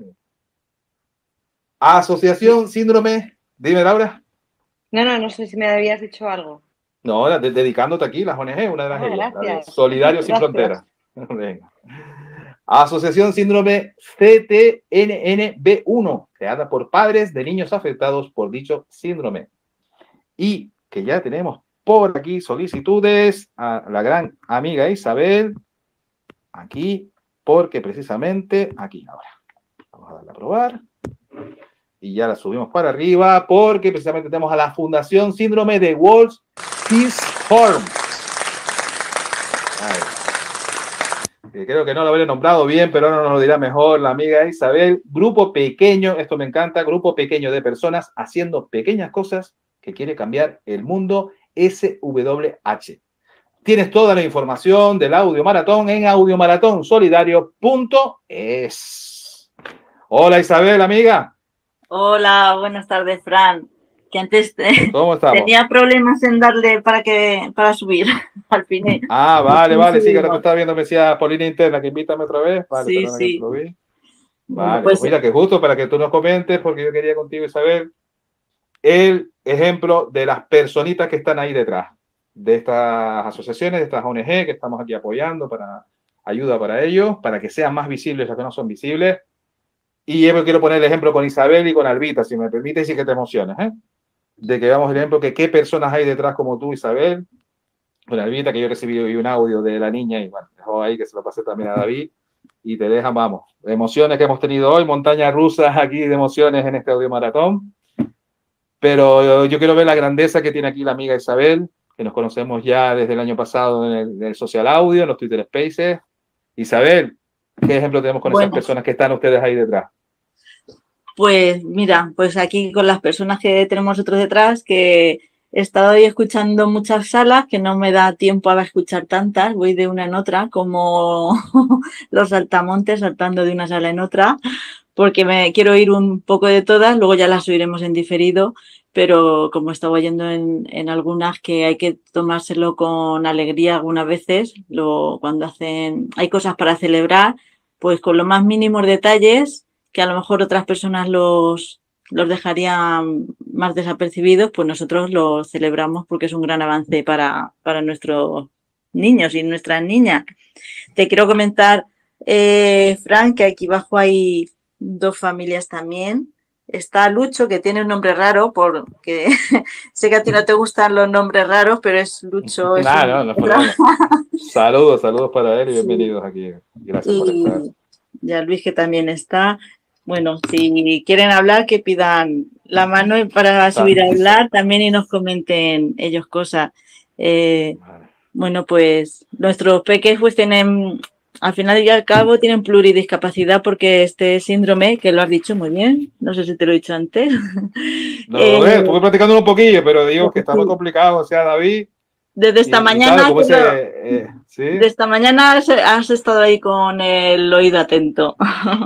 Asociación Síndrome, dime, Laura. No, no, no sé si me habías dicho algo. No, de, dedicándote aquí, las O N G, una de las Ah, ellas. gracias. Solidarios Sin Gracias. Fronteras. Venga. Asociación Síndrome C T N N B uno, creada por padres de niños afectados por dicho síndrome. Y que ya tenemos por aquí solicitudes a la gran amiga Isabel, aquí, porque precisamente, aquí ahora. Vamos a darle a probar. Y ya la subimos para arriba, porque precisamente tenemos a la Fundación Síndrome de Walsh-Hirschhorn. Creo que no lo habría nombrado bien, pero ahora nos lo dirá mejor la amiga Isabel. Grupo pequeño, esto me encanta, grupo pequeño de personas haciendo pequeñas cosas que quiere cambiar el mundo, S W H. Tienes toda la información del audio maratón en audiomaratónsolidario punto es. Hola Isabel, amiga. Hola, buenas tardes, Fran. Que antes te... ¿Cómo estamos? tenía problemas en darle para que para subir al final. Ah, vale, vale, sí, que ahora te estaba viendo, me decía Paulina Interna, que invítame otra vez. Vale, Sí, perdona sí. que te lo vi. Bueno, Vale, pues, pues mira, que justo para que tú nos comentes, porque yo quería contigo, Isabel, el ejemplo de las personitas que están ahí detrás, de estas asociaciones, de estas O N G que estamos aquí apoyando para ayuda para ellos, para que sean más visibles las que no son visibles. Y yo quiero poner el ejemplo con Isabel y con Albita, si me permites, y que te emociones, ¿eh? De que veamos el ejemplo que qué personas hay detrás como tú, Isabel, con Albita, que yo recibí hoy un audio de la niña y bueno, dejó ahí que se lo pasé también a David y te dejan, vamos, emociones que hemos tenido hoy, montañas rusas aquí de emociones en este audio maratón. Pero yo, yo quiero ver la grandeza que tiene aquí la amiga Isabel, que nos conocemos ya desde el año pasado en el, en el Social Audio, en los Twitter Spaces. Isabel, ¿qué ejemplo tenemos con bueno, esas personas que están ustedes ahí detrás? pues mira, pues aquí con las personas que tenemos nosotros detrás, que he estado ahí escuchando muchas salas, que no me da tiempo a escuchar tantas, voy de una en otra, como los saltamontes saltando de una sala en otra, porque me quiero oír un poco de todas, luego ya las subiremos en diferido, pero como estaba oyendo en, en algunas que hay que tomárselo con alegría algunas veces, lo, cuando hacen, hay cosas para celebrar, pues con los más mínimos detalles, que a lo mejor otras personas los, los dejarían más desapercibidos, pues nosotros los celebramos porque es un gran avance para, para nuestros niños y nuestras niñas. Te quiero comentar, eh, Fran, que aquí abajo hay dos familias también. Está Lucho, que tiene un nombre raro, porque sé que a ti no te gustan los nombres raros, pero es Lucho. Es Nah, un... no, no, problema. Saludos, saludos para él y bienvenidos sí. Aquí. Gracias y, por estar. Y a Luis, que también está. Bueno, si quieren hablar, que pidan la mano para subir a hablar también y nos comenten ellos cosas. Eh, vale. Bueno, pues nuestros peques pues tienen, al final y al cabo, tienen pluridiscapacidad porque este síndrome, que lo has dicho muy bien, no sé si te lo he dicho antes. No, eh, no, estuve platicando un poquillo, pero digo que está muy sí. complicado, o sea, David. Desde esta y, mañana, y claro, ese, lo, eh, ¿sí? de esta mañana has, has estado ahí con el oído atento.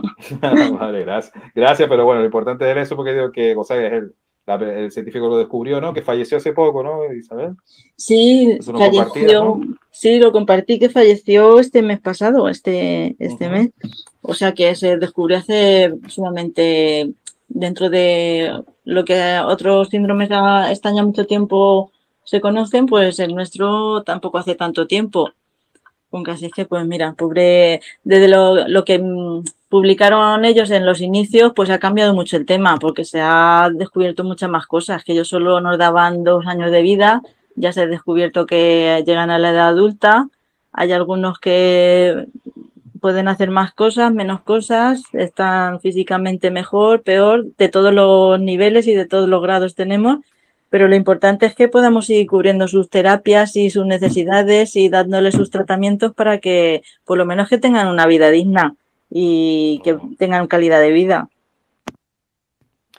Vale, gracias. Gracias, pero bueno, lo importante es eso porque digo que o sea, es el, la, el científico lo descubrió, ¿no? Que falleció hace poco, ¿no, Isabel? Sí, falleció, ¿no? Sí, lo compartí que falleció este mes pasado, este, este uh-huh. mes. O sea que se descubrió hace sumamente dentro de lo que otros síndromes están ya mucho tiempo se conocen, pues el nuestro tampoco hace tanto tiempo. Aunque así es que, pues mira, pobre, desde lo, lo que publicaron ellos en los inicios, pues ha cambiado mucho el tema, porque se ha descubierto muchas más cosas, que ellos solo nos daban dos años de vida, ya se ha descubierto que llegan a la edad adulta, hay algunos que pueden hacer más cosas, menos cosas, están físicamente mejor, peor, de todos los niveles y de todos los grados tenemos. Pero lo importante es que podamos ir cubriendo sus terapias y sus necesidades y dándoles sus tratamientos para que por lo menos que tengan una vida digna y que tengan calidad de vida.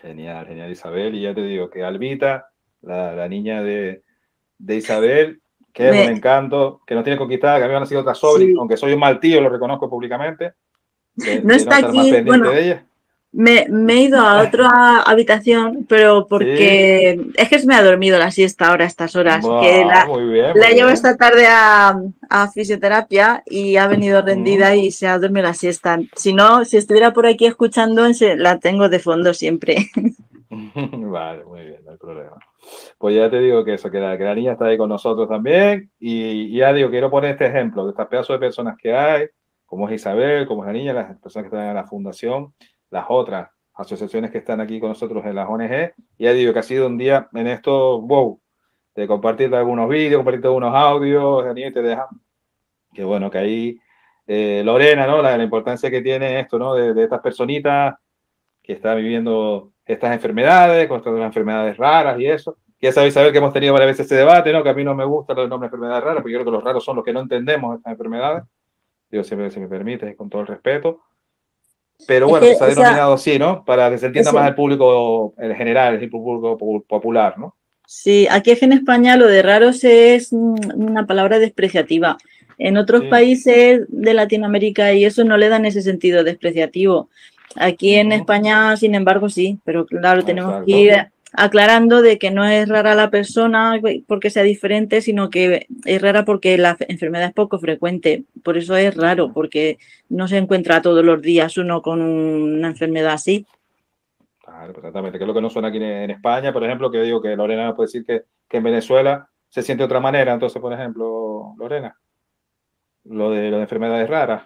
Genial, genial, Isabel. Y ya te digo que Albita, la, la niña de, de Isabel, que es Me- un encanto, que nos tiene conquistada, que a mí me han sido otra sobri, Sí. aunque soy un mal tío, lo reconozco públicamente, de, No de no está estar más aquí, pendiente bueno, de ella. me, me he ido a otra habitación, pero Sí, porque es que se me ha dormido la siesta ahora a estas horas, que Buah, la, muy bien, la muy llevo bien. esta tarde a, a fisioterapia y ha venido rendida Mm. y se ha dormido la siesta. Si no, si estuviera por aquí escuchando, se- la tengo de fondo siempre. Vale, muy bien, no hay problema. Pues ya te digo que eso, que la, que la niña está ahí con nosotros también. Y, y ya digo, quiero poner este ejemplo de estas pedazos de personas que hay, como es Isabel, como es la niña, las personas que están en la fundación, las otras asociaciones que están aquí con nosotros en las O N G. Y ya digo que ha sido un día en esto, wow, de compartir algunos vídeos, compartir algunos audios, la niña te deja. Que bueno, que ahí eh, Lorena, ¿no? La, la importancia que tiene esto, ¿no? De, de estas personitas que está viviendo estas enfermedades, con estas enfermedades raras y eso. Ya sabéis saber que hemos tenido varias veces ese debate, ¿no? Que a mí no me gusta el nombre de enfermedades raras, porque yo creo que los raros son los que no entendemos estas enfermedades. Digo, si me, si me permite, con todo el respeto. Pero Es bueno, que que se ha esa, denominado así, ¿no? Para que se entienda más ese, al público en general, el público popular, ¿no? sí, aquí es que en España lo de raros es mm, una palabra despreciativa. En otros Sí. países de Latinoamérica y eso no le dan ese sentido despreciativo. Aquí en Uh-huh. España, sin embargo, sí, pero claro, tenemos Exacto. que ir aclarando de que no es rara la persona porque sea diferente, sino que es rara porque la enfermedad es poco frecuente. Por eso es raro, porque no se encuentra todos los días uno con una enfermedad así. Claro, exactamente, que es lo que no suena aquí en, en España, por ejemplo, que digo que Lorena puede decir que, que en Venezuela se siente de otra manera, entonces, por ejemplo, Lorena, lo de, lo de enfermedades raras.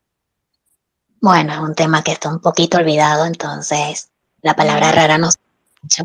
Bueno, es un tema que está un poquito olvidado, entonces la palabra Mm. rara no se usa mucho,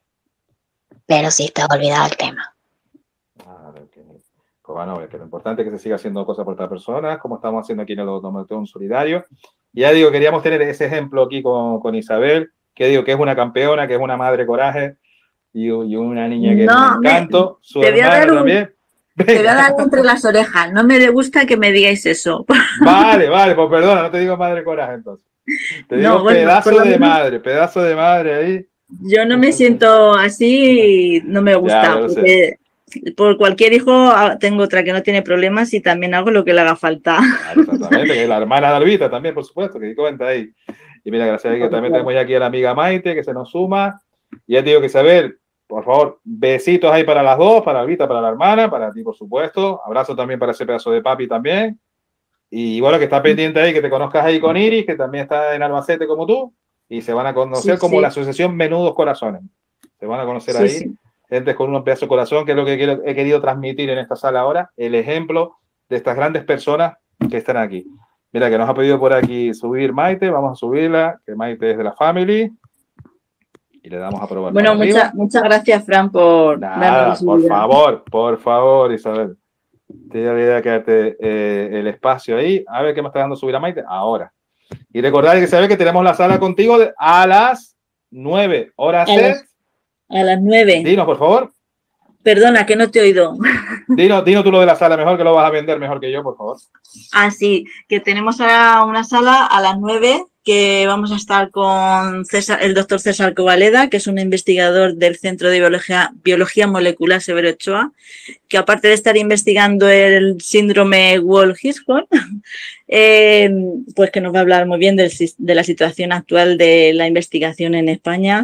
pero sí está olvidado el tema. Ah, okay. Pues bueno, es que lo importante es que se siga haciendo cosas por otras personas, como estamos haciendo aquí en el Automaratón Solidario. Y ya digo, queríamos tener ese ejemplo aquí con, con Isabel, que digo que es una campeona, que es una madre coraje y, y una niña que No, es un encanto, me, su te voy a hermana dar un, también. Te voy a dar entre las orejas. No me gusta que me digáis eso. Vale, vale, pues perdona, no te digo madre coraje entonces. Te No, digo bueno, por pedazo lo de menos madre, pedazo de madre ahí. yo no me siento así, no me Ya, gusta, ya lo sé. porque por cualquier hijo ah, tengo otra que no tiene problemas y también hago lo que le haga falta. Claro, exactamente, que es la hermana de Albita también, por supuesto, que cuenta ahí. Y mira, gracias a Dios que también tenemos ya aquí a la amiga Maite, que se nos suma. Y ya te digo que Isabel, por favor, besitos ahí para las dos, para Albita, para la hermana, para ti, por supuesto. Abrazo también para ese pedazo de papi también. Y bueno, que está pendiente ahí, que te conozcas ahí con Iris, que también está en Albacete como tú. Y se van a conocer Sí, como sí. la asociación Menudos Corazones. Se van a conocer Sí, ahí. sí. Gentes con un pedazo de corazón, que es lo que quiero, he querido transmitir en esta sala ahora. El ejemplo de estas grandes personas que están aquí. Mira, que nos ha pedido por aquí subir Maite. Vamos a subirla, que Maite es de la family. Y le damos a probar Bueno, para arriba. mucha, muchas gracias, Fran, por darnos la Nada, por subida. favor, por favor, Isabel. Te voy a quedarte eh, el espacio ahí. A ver qué me está dando subir a Maite. Ahora. Y recordad que sabes que tenemos la sala contigo de- a las nueve horas. A las, a las nueve. Dinos, por favor. Perdona, que no te he oído. Dinos, dinos tú lo de la sala, mejor que lo vas a vender mejor que yo, por favor. Ah, sí, que tenemos ahora una sala a las nueve que vamos a estar con César, el doctor César Covaleda, que es un investigador del Centro de Biología, Biología Molecular Severo Ochoa, que aparte de estar investigando el síndrome Wolff-Hirschhorn, eh, pues que nos va a hablar muy bien del, de la situación actual de la investigación en España.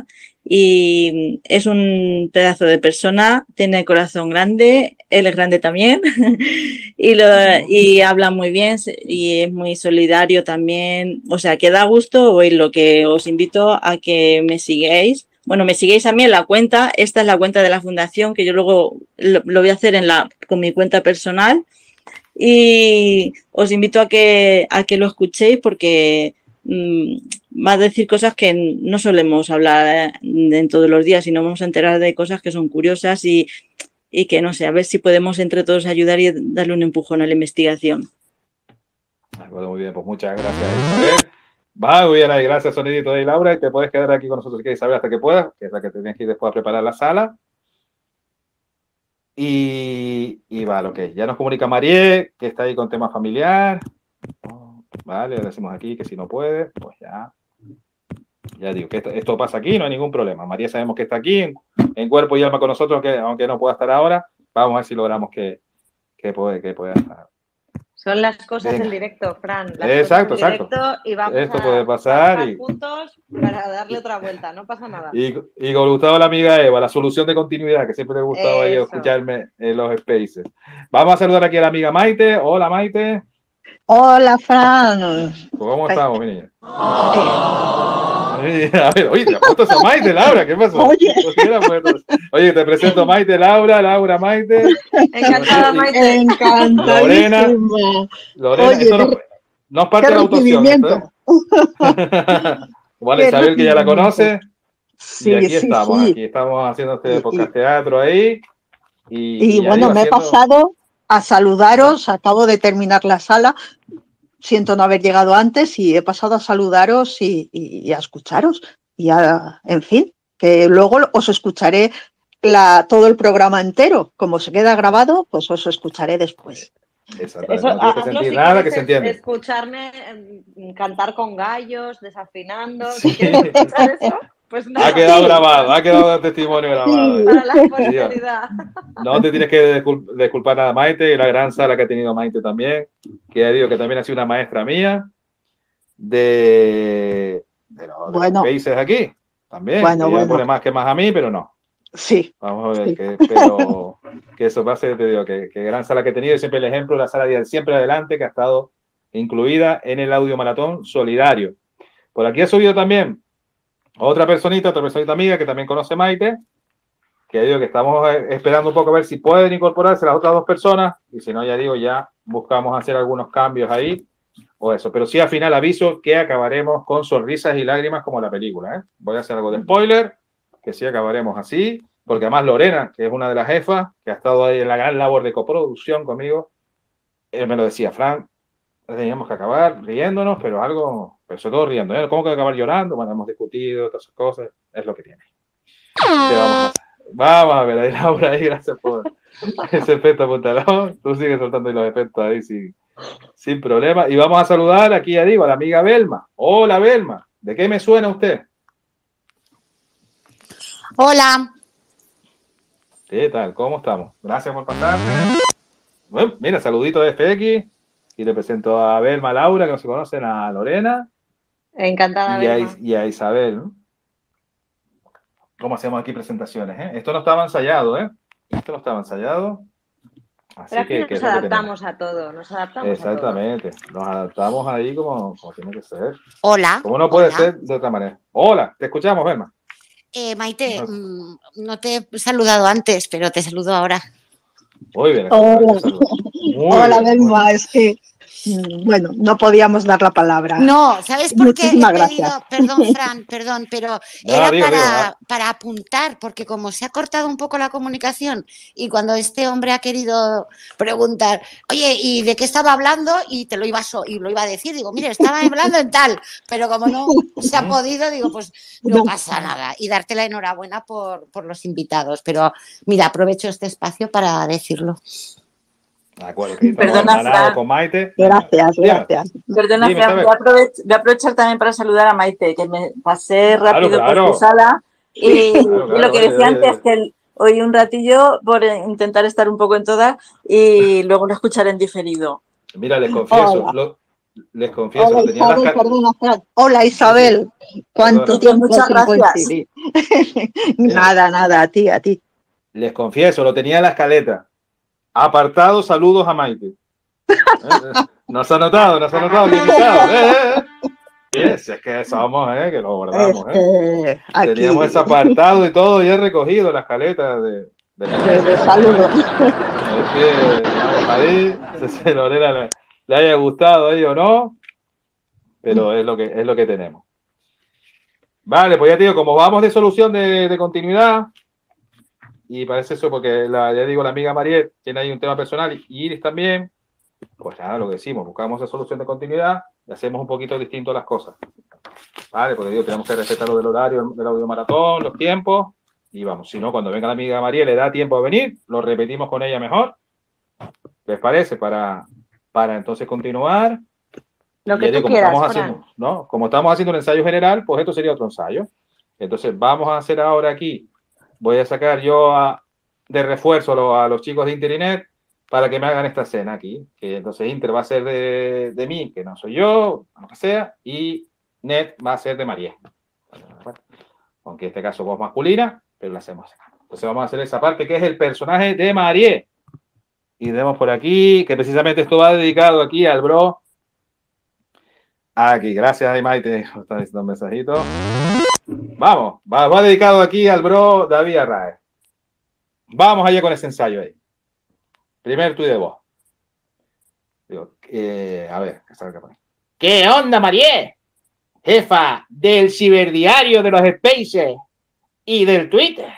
Y es un pedazo de persona, tiene el corazón grande, él es grande también, y, lo, y habla muy bien y es muy solidario también. O sea, que da gusto oírlo, que os invito a que me sigáis. Bueno, me sigáis a mí en la cuenta, esta es la cuenta de la fundación, que yo luego lo, lo voy a hacer en la, con mi cuenta personal. Y os invito a que, a que lo escuchéis porque mmm, va a decir cosas que no solemos hablar en todos los días, sino vamos a enterar de cosas que son curiosas y, y que, no sé, a ver si podemos entre todos ayudar y darle un empujón a la investigación. Bueno, muy bien, pues muchas gracias, Isabel. Va muy bien ahí, gracias, sonidito de Laura, y te puedes quedar aquí con nosotros, Isabel, hasta que puedas, que es la que te tienes que ir después a preparar la sala. Y, y vale, ok, ya nos comunica Marie, que está ahí con tema familiar. Vale, le decimos aquí que si no puede, pues ya. Ya digo, que esto, esto pasa aquí, no hay ningún problema. María sabemos que está aquí, en, en cuerpo y alma con nosotros, que, aunque no pueda estar ahora, vamos a ver si logramos que, que, puede, que pueda estar. Son las cosas Venga. del directo, Fran. Las Exacto, cosas del exacto. directo y vamos Esto a puede pasar trabajar y- juntos para darle otra vuelta, no pasa nada. Y, y con Gustavo, la amiga Eva, la solución de continuidad, que siempre le ha gustado a ella Eso. escucharme en los spaces. Vamos a saludar aquí a la amiga Maite. Hola, Maite. Hola, Fran. ¿Cómo estamos, mi niña? A ver, oye, te ha puesto esa Maite, Laura, ¿qué pasó? Oye. Oye, te presento a Maite, Laura, Laura, Maite. Encantada, Maite. Encantadísima. Lorena, Oye, esto no, qué- no es parte qué de la autopsión, esto, recibimiento. ¿eh? Vale, Qué Isabel, que ya la recibimiento. conoce. Sí, y aquí sí, estamos, sí. aquí estamos haciendo este Y- podcast y- teatro ahí. Y, Y, y ya bueno, digo, me he haciendo- pasado a saludaros, acabo de terminar la sala, siento no haber llegado antes y he pasado a saludaros y, y- y a escucharos. Y a, en fin, que luego os escucharé la, todo el programa entero. Como se queda grabado, pues os escucharé después. Exactamente, Eso, no tienes que hazlo sentir si nada, quieres que se es- entiende. escucharme em, cantar con gallos, desafinando. Sí. Si quieres escuchar eso, pues nada. Ha quedado grabado, ha quedado el testimonio grabado. Para la posteridad. No te tienes que discul- disculpar nada, Maite, y la gran sala que ha tenido Maite también, que ya digo que también ha sido una maestra mía de, de los, de Bueno. los países aquí, también. Bueno, Ella bueno. pone más que más a mí, pero no. Sí, Vamos a ver, Sí. que, pero que eso pase, te digo, que, que gran sala que he tenido, y siempre el ejemplo de la sala de Siempre Adelante, que ha estado incluida en el audio maratón solidario. Por aquí he subido también otra personita, otra personita amiga que también conoce Maite, que digo que estamos eh, esperando un poco a ver si pueden incorporarse las otras dos personas, y si no, ya digo, ya buscamos hacer algunos cambios ahí, o eso. Pero sí, al final aviso que acabaremos con sonrisas y lágrimas como la película, ¿eh? Voy a hacer algo de spoiler, que sí acabaremos así, porque además Lorena, que es una de las jefas, que ha estado ahí en la gran labor de coproducción conmigo, él me lo decía, Fran, teníamos que acabar riéndonos, pero algo, pero sobre todo riendo, ¿eh? ¿Cómo que acabar llorando? Bueno, hemos discutido todas esas cosas, es lo que tiene. ¿Qué vamos a hacer? Vamos a ver, ahí Laura, ahí, gracias por ese efecto apuntalón. Tú sigues soltando los efectos ahí sin, sin problema. Y vamos a saludar aquí, ya digo, a la amiga Belma. Hola, Belma. ¿De qué me suena usted? Hola. ¿Qué tal? ¿Cómo estamos? Gracias por pasarte. Bueno, mira, saludito de F X. Y le presento a Belma, Laura, que no se conocen, a Lorena Encantada, y a, Belma. Is- y a Isabel, ¿no? ¿Cómo hacemos aquí presentaciones? ¿eh? Esto no estaba ensayado, ¿eh? Esto no estaba ensayado. Así Pero aquí que, que nos es lo que adaptamos a todo, nos adaptamos Exactamente. Nos adaptamos ahí como, como tiene que ser. Hola. Como no puede Hola. ser de otra manera. Hola, te escuchamos, Belma. Eh, Maite, No. mm, no te he saludado antes, pero te saludo ahora. Muy bien. Hola. te saludo. Muy hola, bien, muy Belma. Es que, mm, bueno, no podíamos dar la palabra. No, ¿sabes por qué he Muchísimas pedido? gracias. Perdón, Fran, perdón, pero No, era digo, para, digo, ah. para apuntar, porque como se ha cortado un poco la comunicación y cuando este hombre ha querido preguntar, oye, ¿y de qué estaba hablando? Y te lo iba a, so- y lo iba a decir, digo, mire, estaba hablando en tal, pero como no se ha podido, digo, pues no No. pasa nada. Y darte la enhorabuena por, por los invitados, pero mira, aprovecho este espacio para decirlo. De acuerdo, que estamos Perdona, hermanados Fran. con Maite. Gracias, Dime. gracias. Perdona, Dime, Fran, Isabel. voy a, aprovech- voy a aprovechar también para saludar a Maite, que me pasé Claro, rápido claro. por tu sala. Y, Claro, y claro, lo que oye, decía oye, antes, oye. que el- hoy un ratillo por eh, intentar estar un poco en todas y luego lo escucharé en diferido. Mira, les confieso, Hola. lo- les confieso, Hola, lo tenía en las Isabel, ca- perdona, Fran. Hola, Isabel. ¿Cuánto Perdona. tiempo Muchas sin gracias. coincidir? Nada, nada, a ti, a ti. Les confieso, lo tenía en la escaleta. Apartado, saludos a Maite. Eh, eh, Nos ha notado, nos ha notado. Bien invitado. Eh, eh, eh. Yes, es que somos, eh, que lo guardamos. Eh. Este, aquí, Teníamos ese apartado y todo ya recogido en la escaleta de, de la de, de saludos. Es que, vamos ahí, no sé si a Lorena le, le haya gustado ahí o no, pero es lo que, es lo que tenemos. Vale, pues ya te digo, como vamos de solución de, de continuidad, y parece eso porque, la, ya digo, la amiga Mariel tiene ahí un tema personal y Iris también, pues nada, lo que decimos, buscamos esa solución de continuidad y hacemos un poquito distinto las cosas. Vale, porque digo, tenemos que respetar lo del horario del audio maratón, los tiempos, y vamos, si no, cuando venga la amiga Mariel le da tiempo a venir, lo repetimos con ella mejor. ¿Les parece? Para, para entonces continuar. Lo que Y tú como quieras, estamos Fran. haciendo, ¿no? Como estamos haciendo un ensayo general, pues esto sería otro ensayo. Entonces, vamos a hacer ahora aquí, voy a sacar yo a, de refuerzo a, lo, a los chicos de Interinet para que me hagan esta escena aquí. Que entonces Inter va a ser de, de mí, que no soy yo, lo que sea, y Net va a ser de María. Aunque en este caso voz masculina, pero la hacemos acá. Entonces vamos a hacer esa parte que es el personaje de María. Y vemos por aquí, que precisamente esto va dedicado aquí al bro. Aquí, gracias, ahí Maite, está diciendo un mensajito. Vamos, va, va dedicado aquí al bro David Arraez. Vamos allá con ese ensayo ahí. Primer tuit de voz. Digo, eh, a ver, ¿qué salga por ahí? ¿Qué onda, María? Jefa del ciberdiario de los Spaces y del Twitter.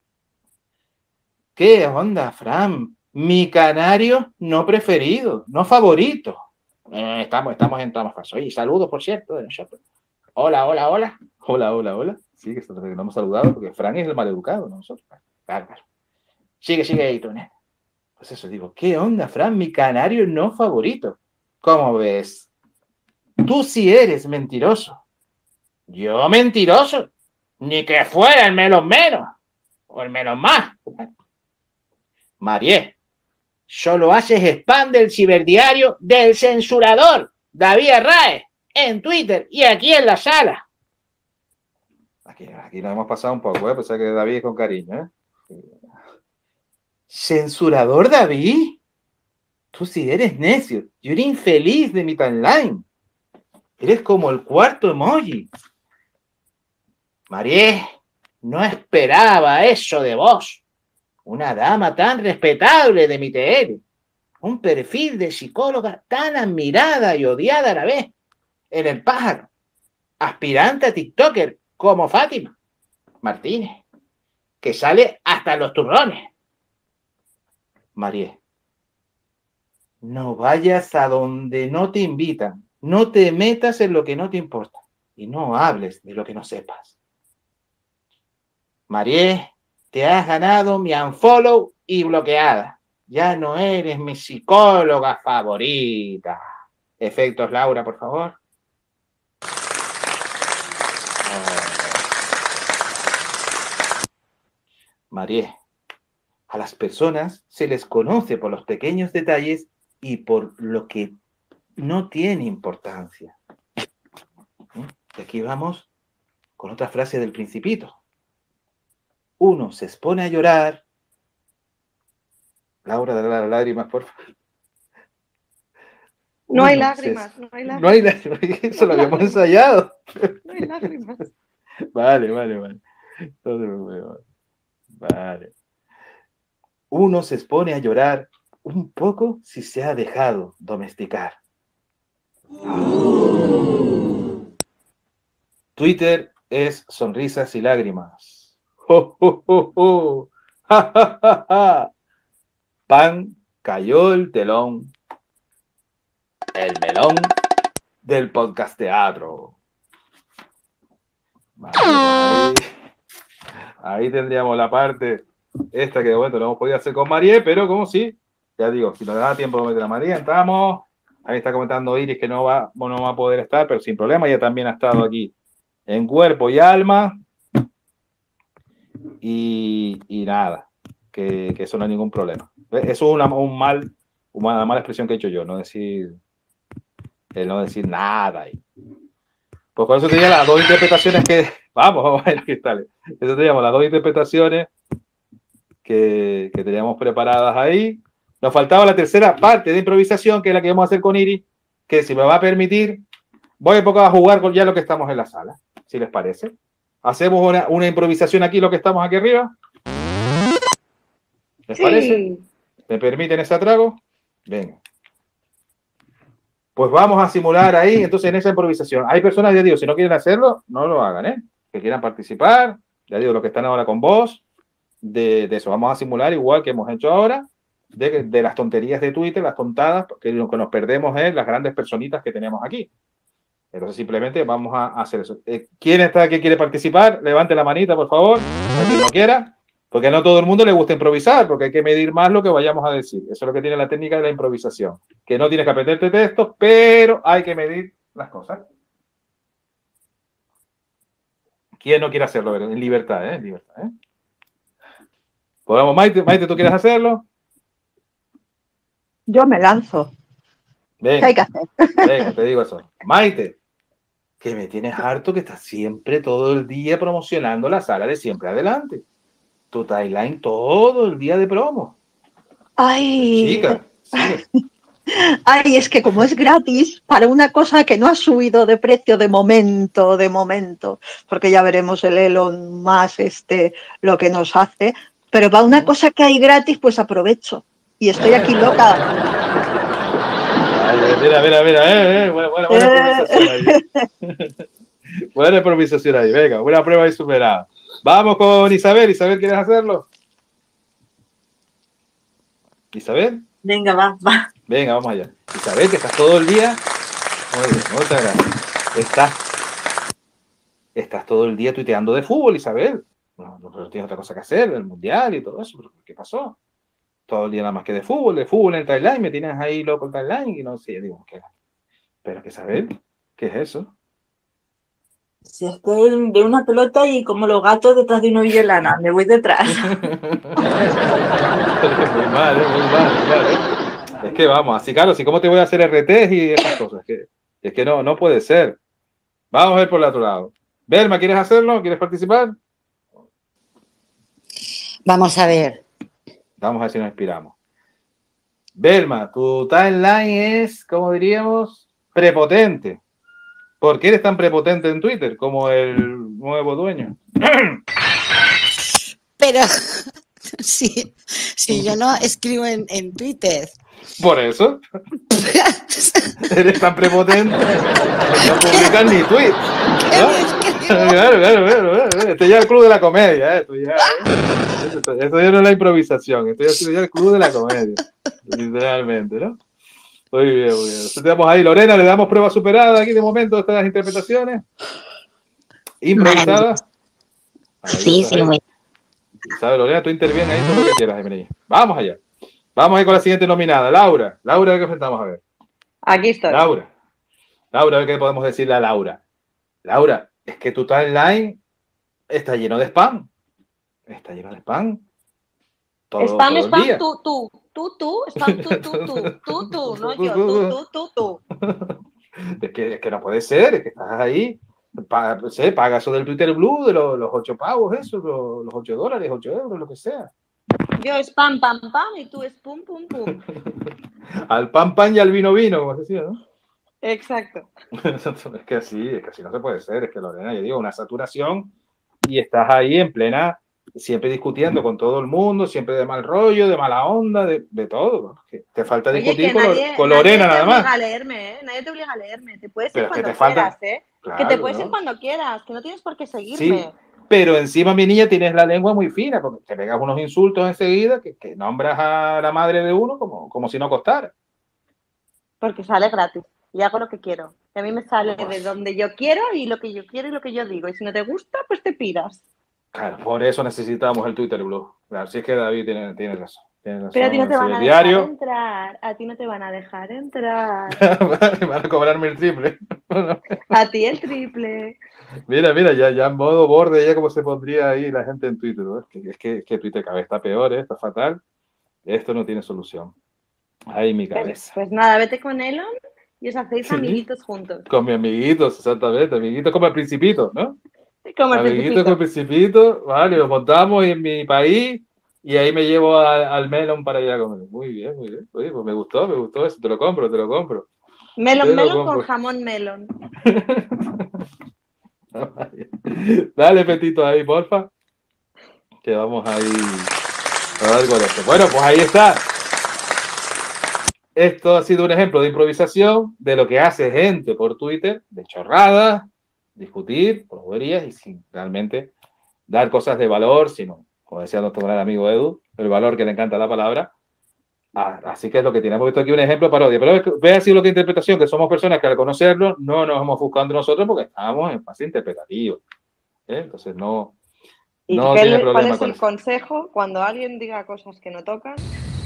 ¿Qué onda, Fran? Mi canario no preferido, no favorito. Eh, estamos, estamos en todas pasos. Oye, saludos, por cierto, de nosotros. Hola, hola, hola. Hola, hola, hola. Sí, que no hemos saludado porque Fran es el maleducado, ¿no? Nosotros. Claro, claro. Sigue, sigue ahí, Tony. Pues eso, digo, ¿qué onda, Fran? Mi canario no favorito. ¿Cómo ves? Tú sí eres mentiroso. ¿Yo mentiroso? Ni que fuera el menos menos. O el menos más. María, solo haces spam del ciberdiario del censurador David Arraez en Twitter y aquí en la sala. Aquí, aquí nos hemos pasado un poco, ¿eh? Pues que David es con cariño, ¿eh? ¿Censurador, David? Tú sí eres necio. Yo era infeliz de mi timeline. Eres como el cuarto emoji. María, no esperaba eso de vos. Una dama tan respetable de mi T L. Un perfil de psicóloga tan admirada y odiada a la vez. En el pájaro. Aspirante a TikToker como Fátima Martínez. Que sale hasta los turrones. María, no vayas a donde no te invitan. No te metas en lo que no te importa. Y no hables de lo que no sepas. María, te has ganado mi unfollow y bloqueada. Ya no eres mi psicóloga favorita. Efectos, Laura, por favor. María, a las personas se les conoce por los pequeños detalles y por lo que no tiene importancia. Y aquí vamos con otra frase del Principito. Uno se expone a llorar. Laura, dale las lágrimas, por favor. No hay Uno lágrimas, se... no hay lágrimas. No hay lágrimas, eso lo habíamos ensayado. No hay lágrimas. Vale, vale, vale. Vale. Vale. Uno se expone a llorar un poco si se ha dejado domesticar. Twitter es sonrisas y lágrimas. ¡Oh, oh, oh, oh! ¡Ja, ja, ja, ja! Pan cayó el telón. El melón del podcast teatro. Vale, ahí, ahí tendríamos la parte esta que de momento no hemos podido hacer con María, pero como sí, ya digo, si nos da tiempo de meter a María, entramos. Ahí está comentando Iris que no va, no va a poder estar, pero sin problema, ella también ha estado aquí en cuerpo y alma. Y, y nada, que, que eso no hay ningún problema. Eso es una, un mal, una mala expresión que he hecho yo, no decir, el no decir nada. Y, pues por eso tenía las dos interpretaciones que, vamos, vamos a ver qué tal. Eso teníamos las dos interpretaciones que, que teníamos preparadas ahí. Nos faltaba la tercera parte de improvisación, que es la que vamos a hacer con Iris, que si me va a permitir, voy un poco a jugar con ya lo que estamos en la sala, si les parece. Hacemos una, una improvisación aquí, lo que estamos aquí arriba. ¿Les Sí. parece? ¿Me permiten ese atrago? Venga. Pues vamos a simular ahí, entonces, en esa improvisación. Hay personas, ya digo, si no quieren hacerlo, no lo hagan, ¿eh? Que quieran participar, ya digo, los que están ahora con vos, de, de eso. Vamos a simular igual que hemos hecho ahora, de, de las tonterías de Twitter, las tontadas, porque lo que nos perdemos es las grandes personitas que tenemos aquí. Entonces, simplemente vamos a hacer eso. ¿Quién está aquí quiere participar? Levante la manita, por favor, para quien lo quiera. Porque no todo el mundo le gusta improvisar, porque hay que medir más lo que vayamos a decir. Eso es lo que tiene la técnica de la improvisación. Que no tienes que aprenderte textos, pero hay que medir las cosas. ¿Quién no quiere hacerlo? En libertad, ¿eh? En libertad, ¿eh? ¿Podemos, Maite? Maite, ¿tú quieres hacerlo? Yo me lanzo. Venga, ¿Qué hay que hacer? venga, te digo eso. Maite, que me tienes harto que estás siempre todo el día promocionando la sala de Siempre Adelante. Tu timeline todo el día de promo. Ay, Chica, sigue. ay, es que como es gratis, para una cosa que no ha subido de precio de momento, de momento, porque ya veremos el Elon más este lo que nos hace, pero para una cosa que hay gratis, pues aprovecho. Y estoy aquí loca. Ay, mira, mira, mira, eh, eh, buena, buena, buena improvisación ahí. Buena improvisación ahí, venga, una prueba ahí superada. Vamos con Isabel. Isabel, ¿quieres hacerlo? Isabel. Venga, va, va. Venga, vamos allá. Isabel, que estás todo el día. Muy bien, muchas gracias. Estás, estás todo el día tuiteando de fútbol, Isabel. No, no, no tienes otra cosa que hacer, el mundial y todo eso. ¿Qué pasó? Todo el día nada más que de fútbol, de fútbol en el timeline, me tienes ahí loco el timeline y no sé, digo, ¿qué? Pero que Isabel, ¿qué es eso? Si es que de una pelota y como los gatos detrás de una villelana, me voy detrás. Muy mal, ¿eh? Muy mal, muy mal, ¿eh? Es que vamos, así claro, si cómo te voy a hacer R Ts y esas cosas, es que, es que no, no puede ser. Vamos a ver por el otro lado. Belma, ¿quieres hacerlo? ¿Quieres participar? Vamos a ver. Vamos a ver si nos inspiramos. Belma, tu timeline es, como diríamos, prepotente. ¿Por qué eres tan prepotente en Twitter como el nuevo dueño? Pero si, si yo no escribo en, en Twitter. Por eso. Eres tan prepotente que no publicas ni tweets. ¿No? Claro, claro, claro, claro. Esto ya es el club de la comedia. ¿eh? Esto, ya, ¿eh? esto, esto ya no es la improvisación. Esto ya es ya el club de la comedia. Literalmente, ¿no? Muy bien, muy bien. Tenemos ahí, Lorena, le damos prueba superada aquí de momento de estas interpretaciones. Improvisadas. Sí, sí, muy. ¿Sabes, Lorena? Tú intervienes ahí todo lo que quieras, Emery. Vamos allá. Vamos ahí con la siguiente nominada. Laura. Laura, ¿qué enfrentamos? A ver. Aquí estoy. Laura. Laura, a ver qué podemos decirle a Laura. Laura, es que tu timeline está lleno de spam. Está lleno de spam. Todo, spam, todo spam, día. tú, tú, tú, tú, spam, tú, tú, tú, tú, tú, no yo, tú, tú, tú, tú. Es que, es que no puede ser, es que estás ahí, paga, no sé, paga eso del Twitter Blue, de los, los ocho pavos, eso, los, los ocho dólares, ocho euros, lo que sea. Yo spam, pam, pam, y tú es pum, pum, pum. Al pan, pan y al vino, vino, como se decía, ¿no? Exacto. Es que así, es que así no se puede ser, es que Lorena, yo digo, una saturación y estás ahí en plena, siempre discutiendo con todo el mundo, siempre de mal rollo, de mala onda, de, de todo. Que te falta Oye, discutir que con, nadie, con Lorena nada más. Nadie te obliga a leerme, ¿eh? Nadie te obliga a leerme. Te puedes Pero ir es que cuando te falta- quieras, ¿eh? Claro, que te puedes ¿no? ir cuando quieras, que no tienes por qué seguirme. Sí, pero encima, mi niña, tienes la lengua muy fina, porque te pegas unos insultos enseguida que, que nombras a la madre de uno como, como si no costara. Porque sale gratis y hago lo que quiero. Y a mí me sale de donde yo quiero y lo que yo quiero y lo que yo digo. Y si no te gusta, pues te piras. Claro, por eso necesitamos el Twitter Blue. Claro, si es que David tiene, tiene razón. Tiene razón. Pero a ti no te Sí, van el a diario. dejar entrar. A ti no te van a dejar entrar. Van a cobrarme el triple. A ti el triple. Mira, mira, ya, ya en modo borde, ya como se pondría ahí la gente en Twitter, ¿no? Es que, es que, es que Twitter cada vez está peor, ¿eh? Está fatal. Esto no tiene solución. Ay, mi Pues, cabeza. pues nada, vete con Elon y os hacéis Sí. amiguitos juntos. Con mis amiguitos, exactamente. Amiguitos como el Principito, ¿no? Como el Amiguitos con el Principito. Principito, vale, lo montamos en mi país y ahí me llevo a- al Melon para allá a comer. Muy bien, muy bien. Oye, pues me gustó, me gustó eso. Te lo compro, te lo compro. Te Melon, lo melon con compro. jamón melon. Dale, Petito, ahí, porfa. Que vamos ahí a ver con esto. Bueno, pues ahí está. Esto ha sido un ejemplo de improvisación de lo que hace gente por Twitter, de chorradas, discutir, por boberías y sin realmente dar cosas de valor, sino, como decía nuestro gran amigo Edu, el valor que le encanta la palabra. Ah, así que es lo que tenemos visto aquí, un ejemplo de parodia. Pero ve así lo que interpretación, que somos personas que al conocerlo no nos vamos buscando nosotros porque estamos en fase interpretativa. ¿eh? Entonces no, ¿Y no qué tiene le- cuál problema es con el eso. consejo cuando alguien diga cosas que no tocan?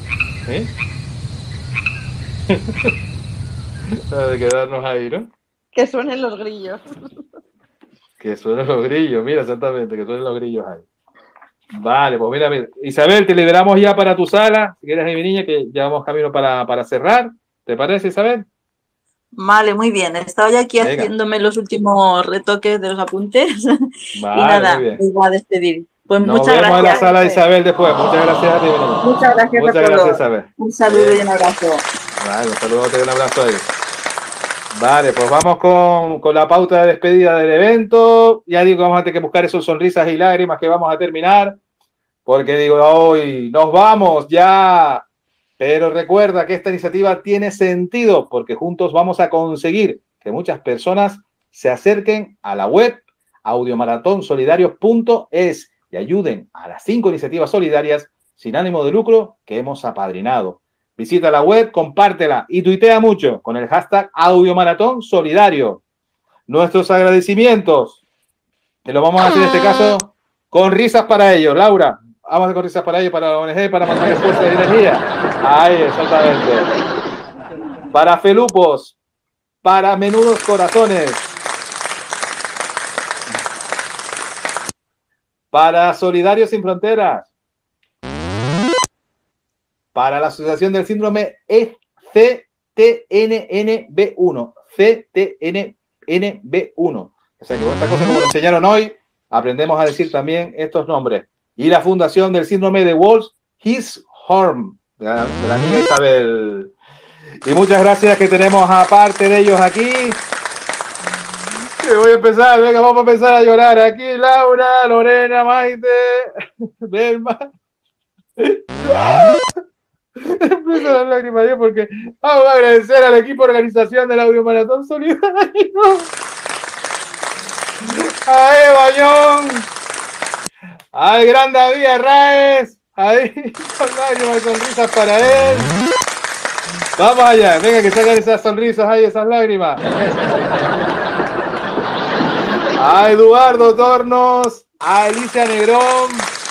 ¿eh? De quedarnos ahí, ¿no? Que suenen los grillos. Que suenen los grillos, mira, exactamente, que suenen los grillos ahí. Vale, pues mira, mira. Isabel, te liberamos ya para tu sala, si quieres, mi niña, que ya vamos camino para, para cerrar. ¿Te parece, Isabel? Vale, muy bien. Estaba ya aquí Venga. haciéndome los últimos retoques de los apuntes. Vale, y nada, muy bien. me voy a despedir. Pues Nos muchas vemos en la gracias. sala de Isabel después. Muchas gracias a ti, mi niña. Muchas gracias Muchas a todos. gracias, Isabel. Un saludo y un abrazo. Vale, un saludo y un abrazo ahí. Vale, pues vamos con, con la pauta de despedida del evento. Ya digo, vamos a tener que buscar esos sonrisas y lágrimas que vamos a terminar. Porque digo, hoy nos vamos ya. Pero recuerda que esta iniciativa tiene sentido porque juntos vamos a conseguir que muchas personas se acerquen a la web audiomaratonsolidarios punto es y ayuden a las cinco iniciativas solidarias sin ánimo de lucro que hemos apadrinado. Visita la web, compártela y tuitea mucho con el hashtag Audiomaratón Solidario. Nuestros agradecimientos, que lo vamos a hacer en este caso con risas para ellos. Laura, vamos a hacer con risas para ellos, para la O N G, para mandar fuerza de energía. Ahí, exactamente. Para Felupos, para Menudos Corazones, para Solidarios Sin Fronteras, para la Asociación del Síndrome C T N N B uno. C T N N B uno. O sea que con esta cosa, como lo enseñaron hoy, aprendemos a decir también estos nombres. Y la Fundación del Síndrome de Walsh-Hirschhorn, de la, de la amiga Isabel. Y muchas gracias que tenemos aparte de ellos aquí. Que voy a empezar, venga, vamos a empezar a llorar. Aquí Laura, Lorena, Maite, Belma. Empiezo las lágrimas yo porque vamos a agradecer al equipo de organización del Audiomaratón Solidario, a Eva Young, al gran David Arraez, ahí con lágrimas y sonrisas para él. Vamos allá, venga que salgan esas sonrisas ahí, esas lágrimas. A Eduardo Tornos, a Alicia Negrón,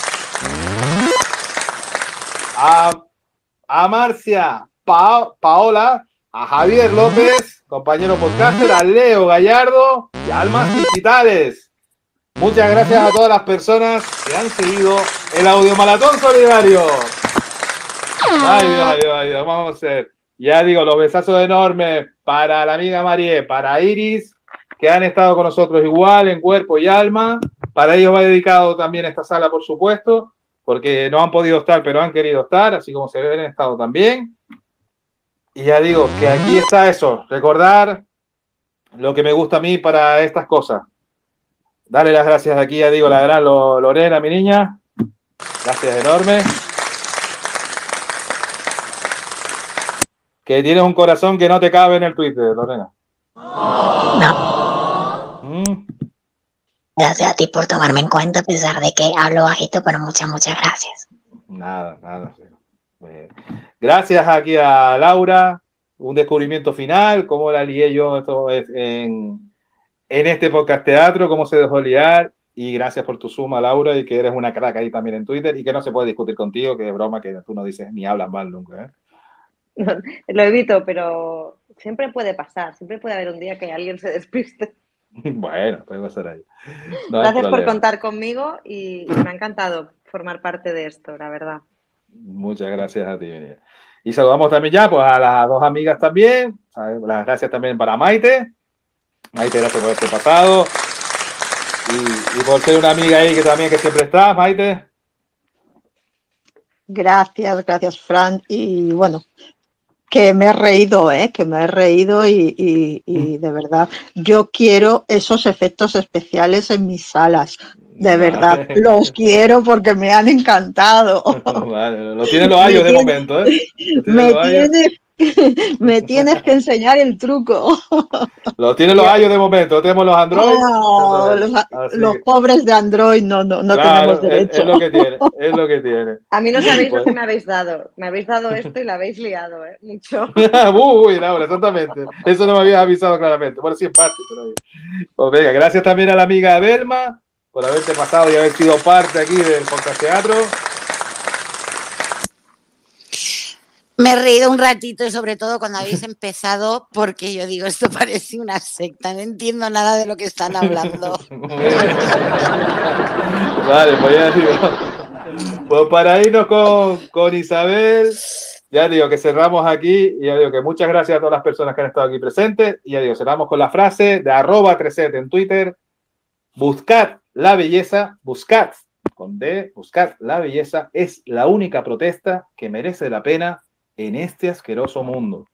a a Marcia pa Paola, a Javier López, compañero podcaster, a Leo Gallardo y a Almas Digitales. Muchas gracias a todas las personas que han seguido el Audiomaratón Solidario. Ay Dios, ay Dios, ay Dios, vamos a hacer. Ya digo, los besazos enormes para la amiga Marie, para Iris, que han estado con nosotros igual en cuerpo y alma. Para ellos va dedicado también esta sala, por supuesto, porque no han podido estar, pero han querido estar, así como se ven, han estado también. Y ya digo, que aquí está eso, recordar lo que me gusta a mí para estas cosas. Darle las gracias aquí, ya digo, la gran Lorena, mi niña. Gracias enormes. Que tienes un corazón que no te cabe en el Twitter, Lorena. No. ¿Mm? Gracias a ti por tomarme en cuenta, a pesar de que hablo bajito, pero muchas, muchas gracias. Nada, nada. Bien. Gracias aquí a Laura, un descubrimiento final, cómo la lié yo esto es en, en este podcast teatro, cómo se dejó liar, y gracias por tu suma, Laura, y que eres una crack ahí también en Twitter, y que no se puede discutir contigo, que es broma, que tú no dices ni hablas mal nunca, ¿eh? No, lo evito, pero siempre puede pasar, siempre puede haber un día que alguien se despiste. Bueno, puede pasar ahí. No Gracias por contar conmigo y me ha encantado formar parte de esto, la verdad. Muchas gracias a ti, Miriam. Y saludamos también ya pues, a las dos amigas también. Las gracias también para Maite. Maite, gracias por este pasado. Y, y por ser una amiga ahí que también que siempre está, Maite. Gracias, gracias, Fran. Y bueno, que me he reído, ¿eh? Que me he reído y, y, y de verdad, yo quiero esos efectos especiales en mis salas. De verdad, vale. Los quiero porque me han encantado. Vale, lo tienen los ayos de tiene, momento, ¿eh? Me tienes, me tienes que enseñar el truco. Lo tienen los ayos de momento, tenemos los Android. Oh, los, los pobres de Android no, no, no claro, tenemos derecho. Es, es lo que tiene, es lo que tiene. A mí no sabéis pues. Lo que me habéis dado. Me habéis dado esto y la habéis liado, ¿eh? Mucho. Uy, Laura, exactamente. Eso no me habías avisado claramente. Bueno, sí, en parte. Pero... Pues venga, gracias también a la amiga Belma por haberte pasado y haber sido parte aquí del podcast teatro. Me he reído un ratito y sobre todo cuando habéis empezado porque yo digo, esto parece una secta, no entiendo nada de lo que están hablando. Vale, pues ya digo. Pues para irnos con, con Isabel, ya digo que cerramos aquí y ya digo que muchas gracias a todas las personas que han estado aquí presentes y ya digo, cerramos con la frase de arroba treset en Twitter, buscad la belleza, buscad con D, buscad la belleza, es la única protesta que merece la pena en este asqueroso mundo.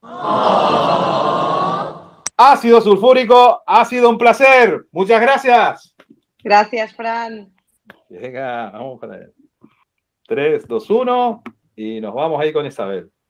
Oh. Ácido sulfúrico, ha sido un placer. Muchas gracias. Gracias, Fran. Venga, vamos para allá. tres, dos, uno y nos vamos ahí con Isabel.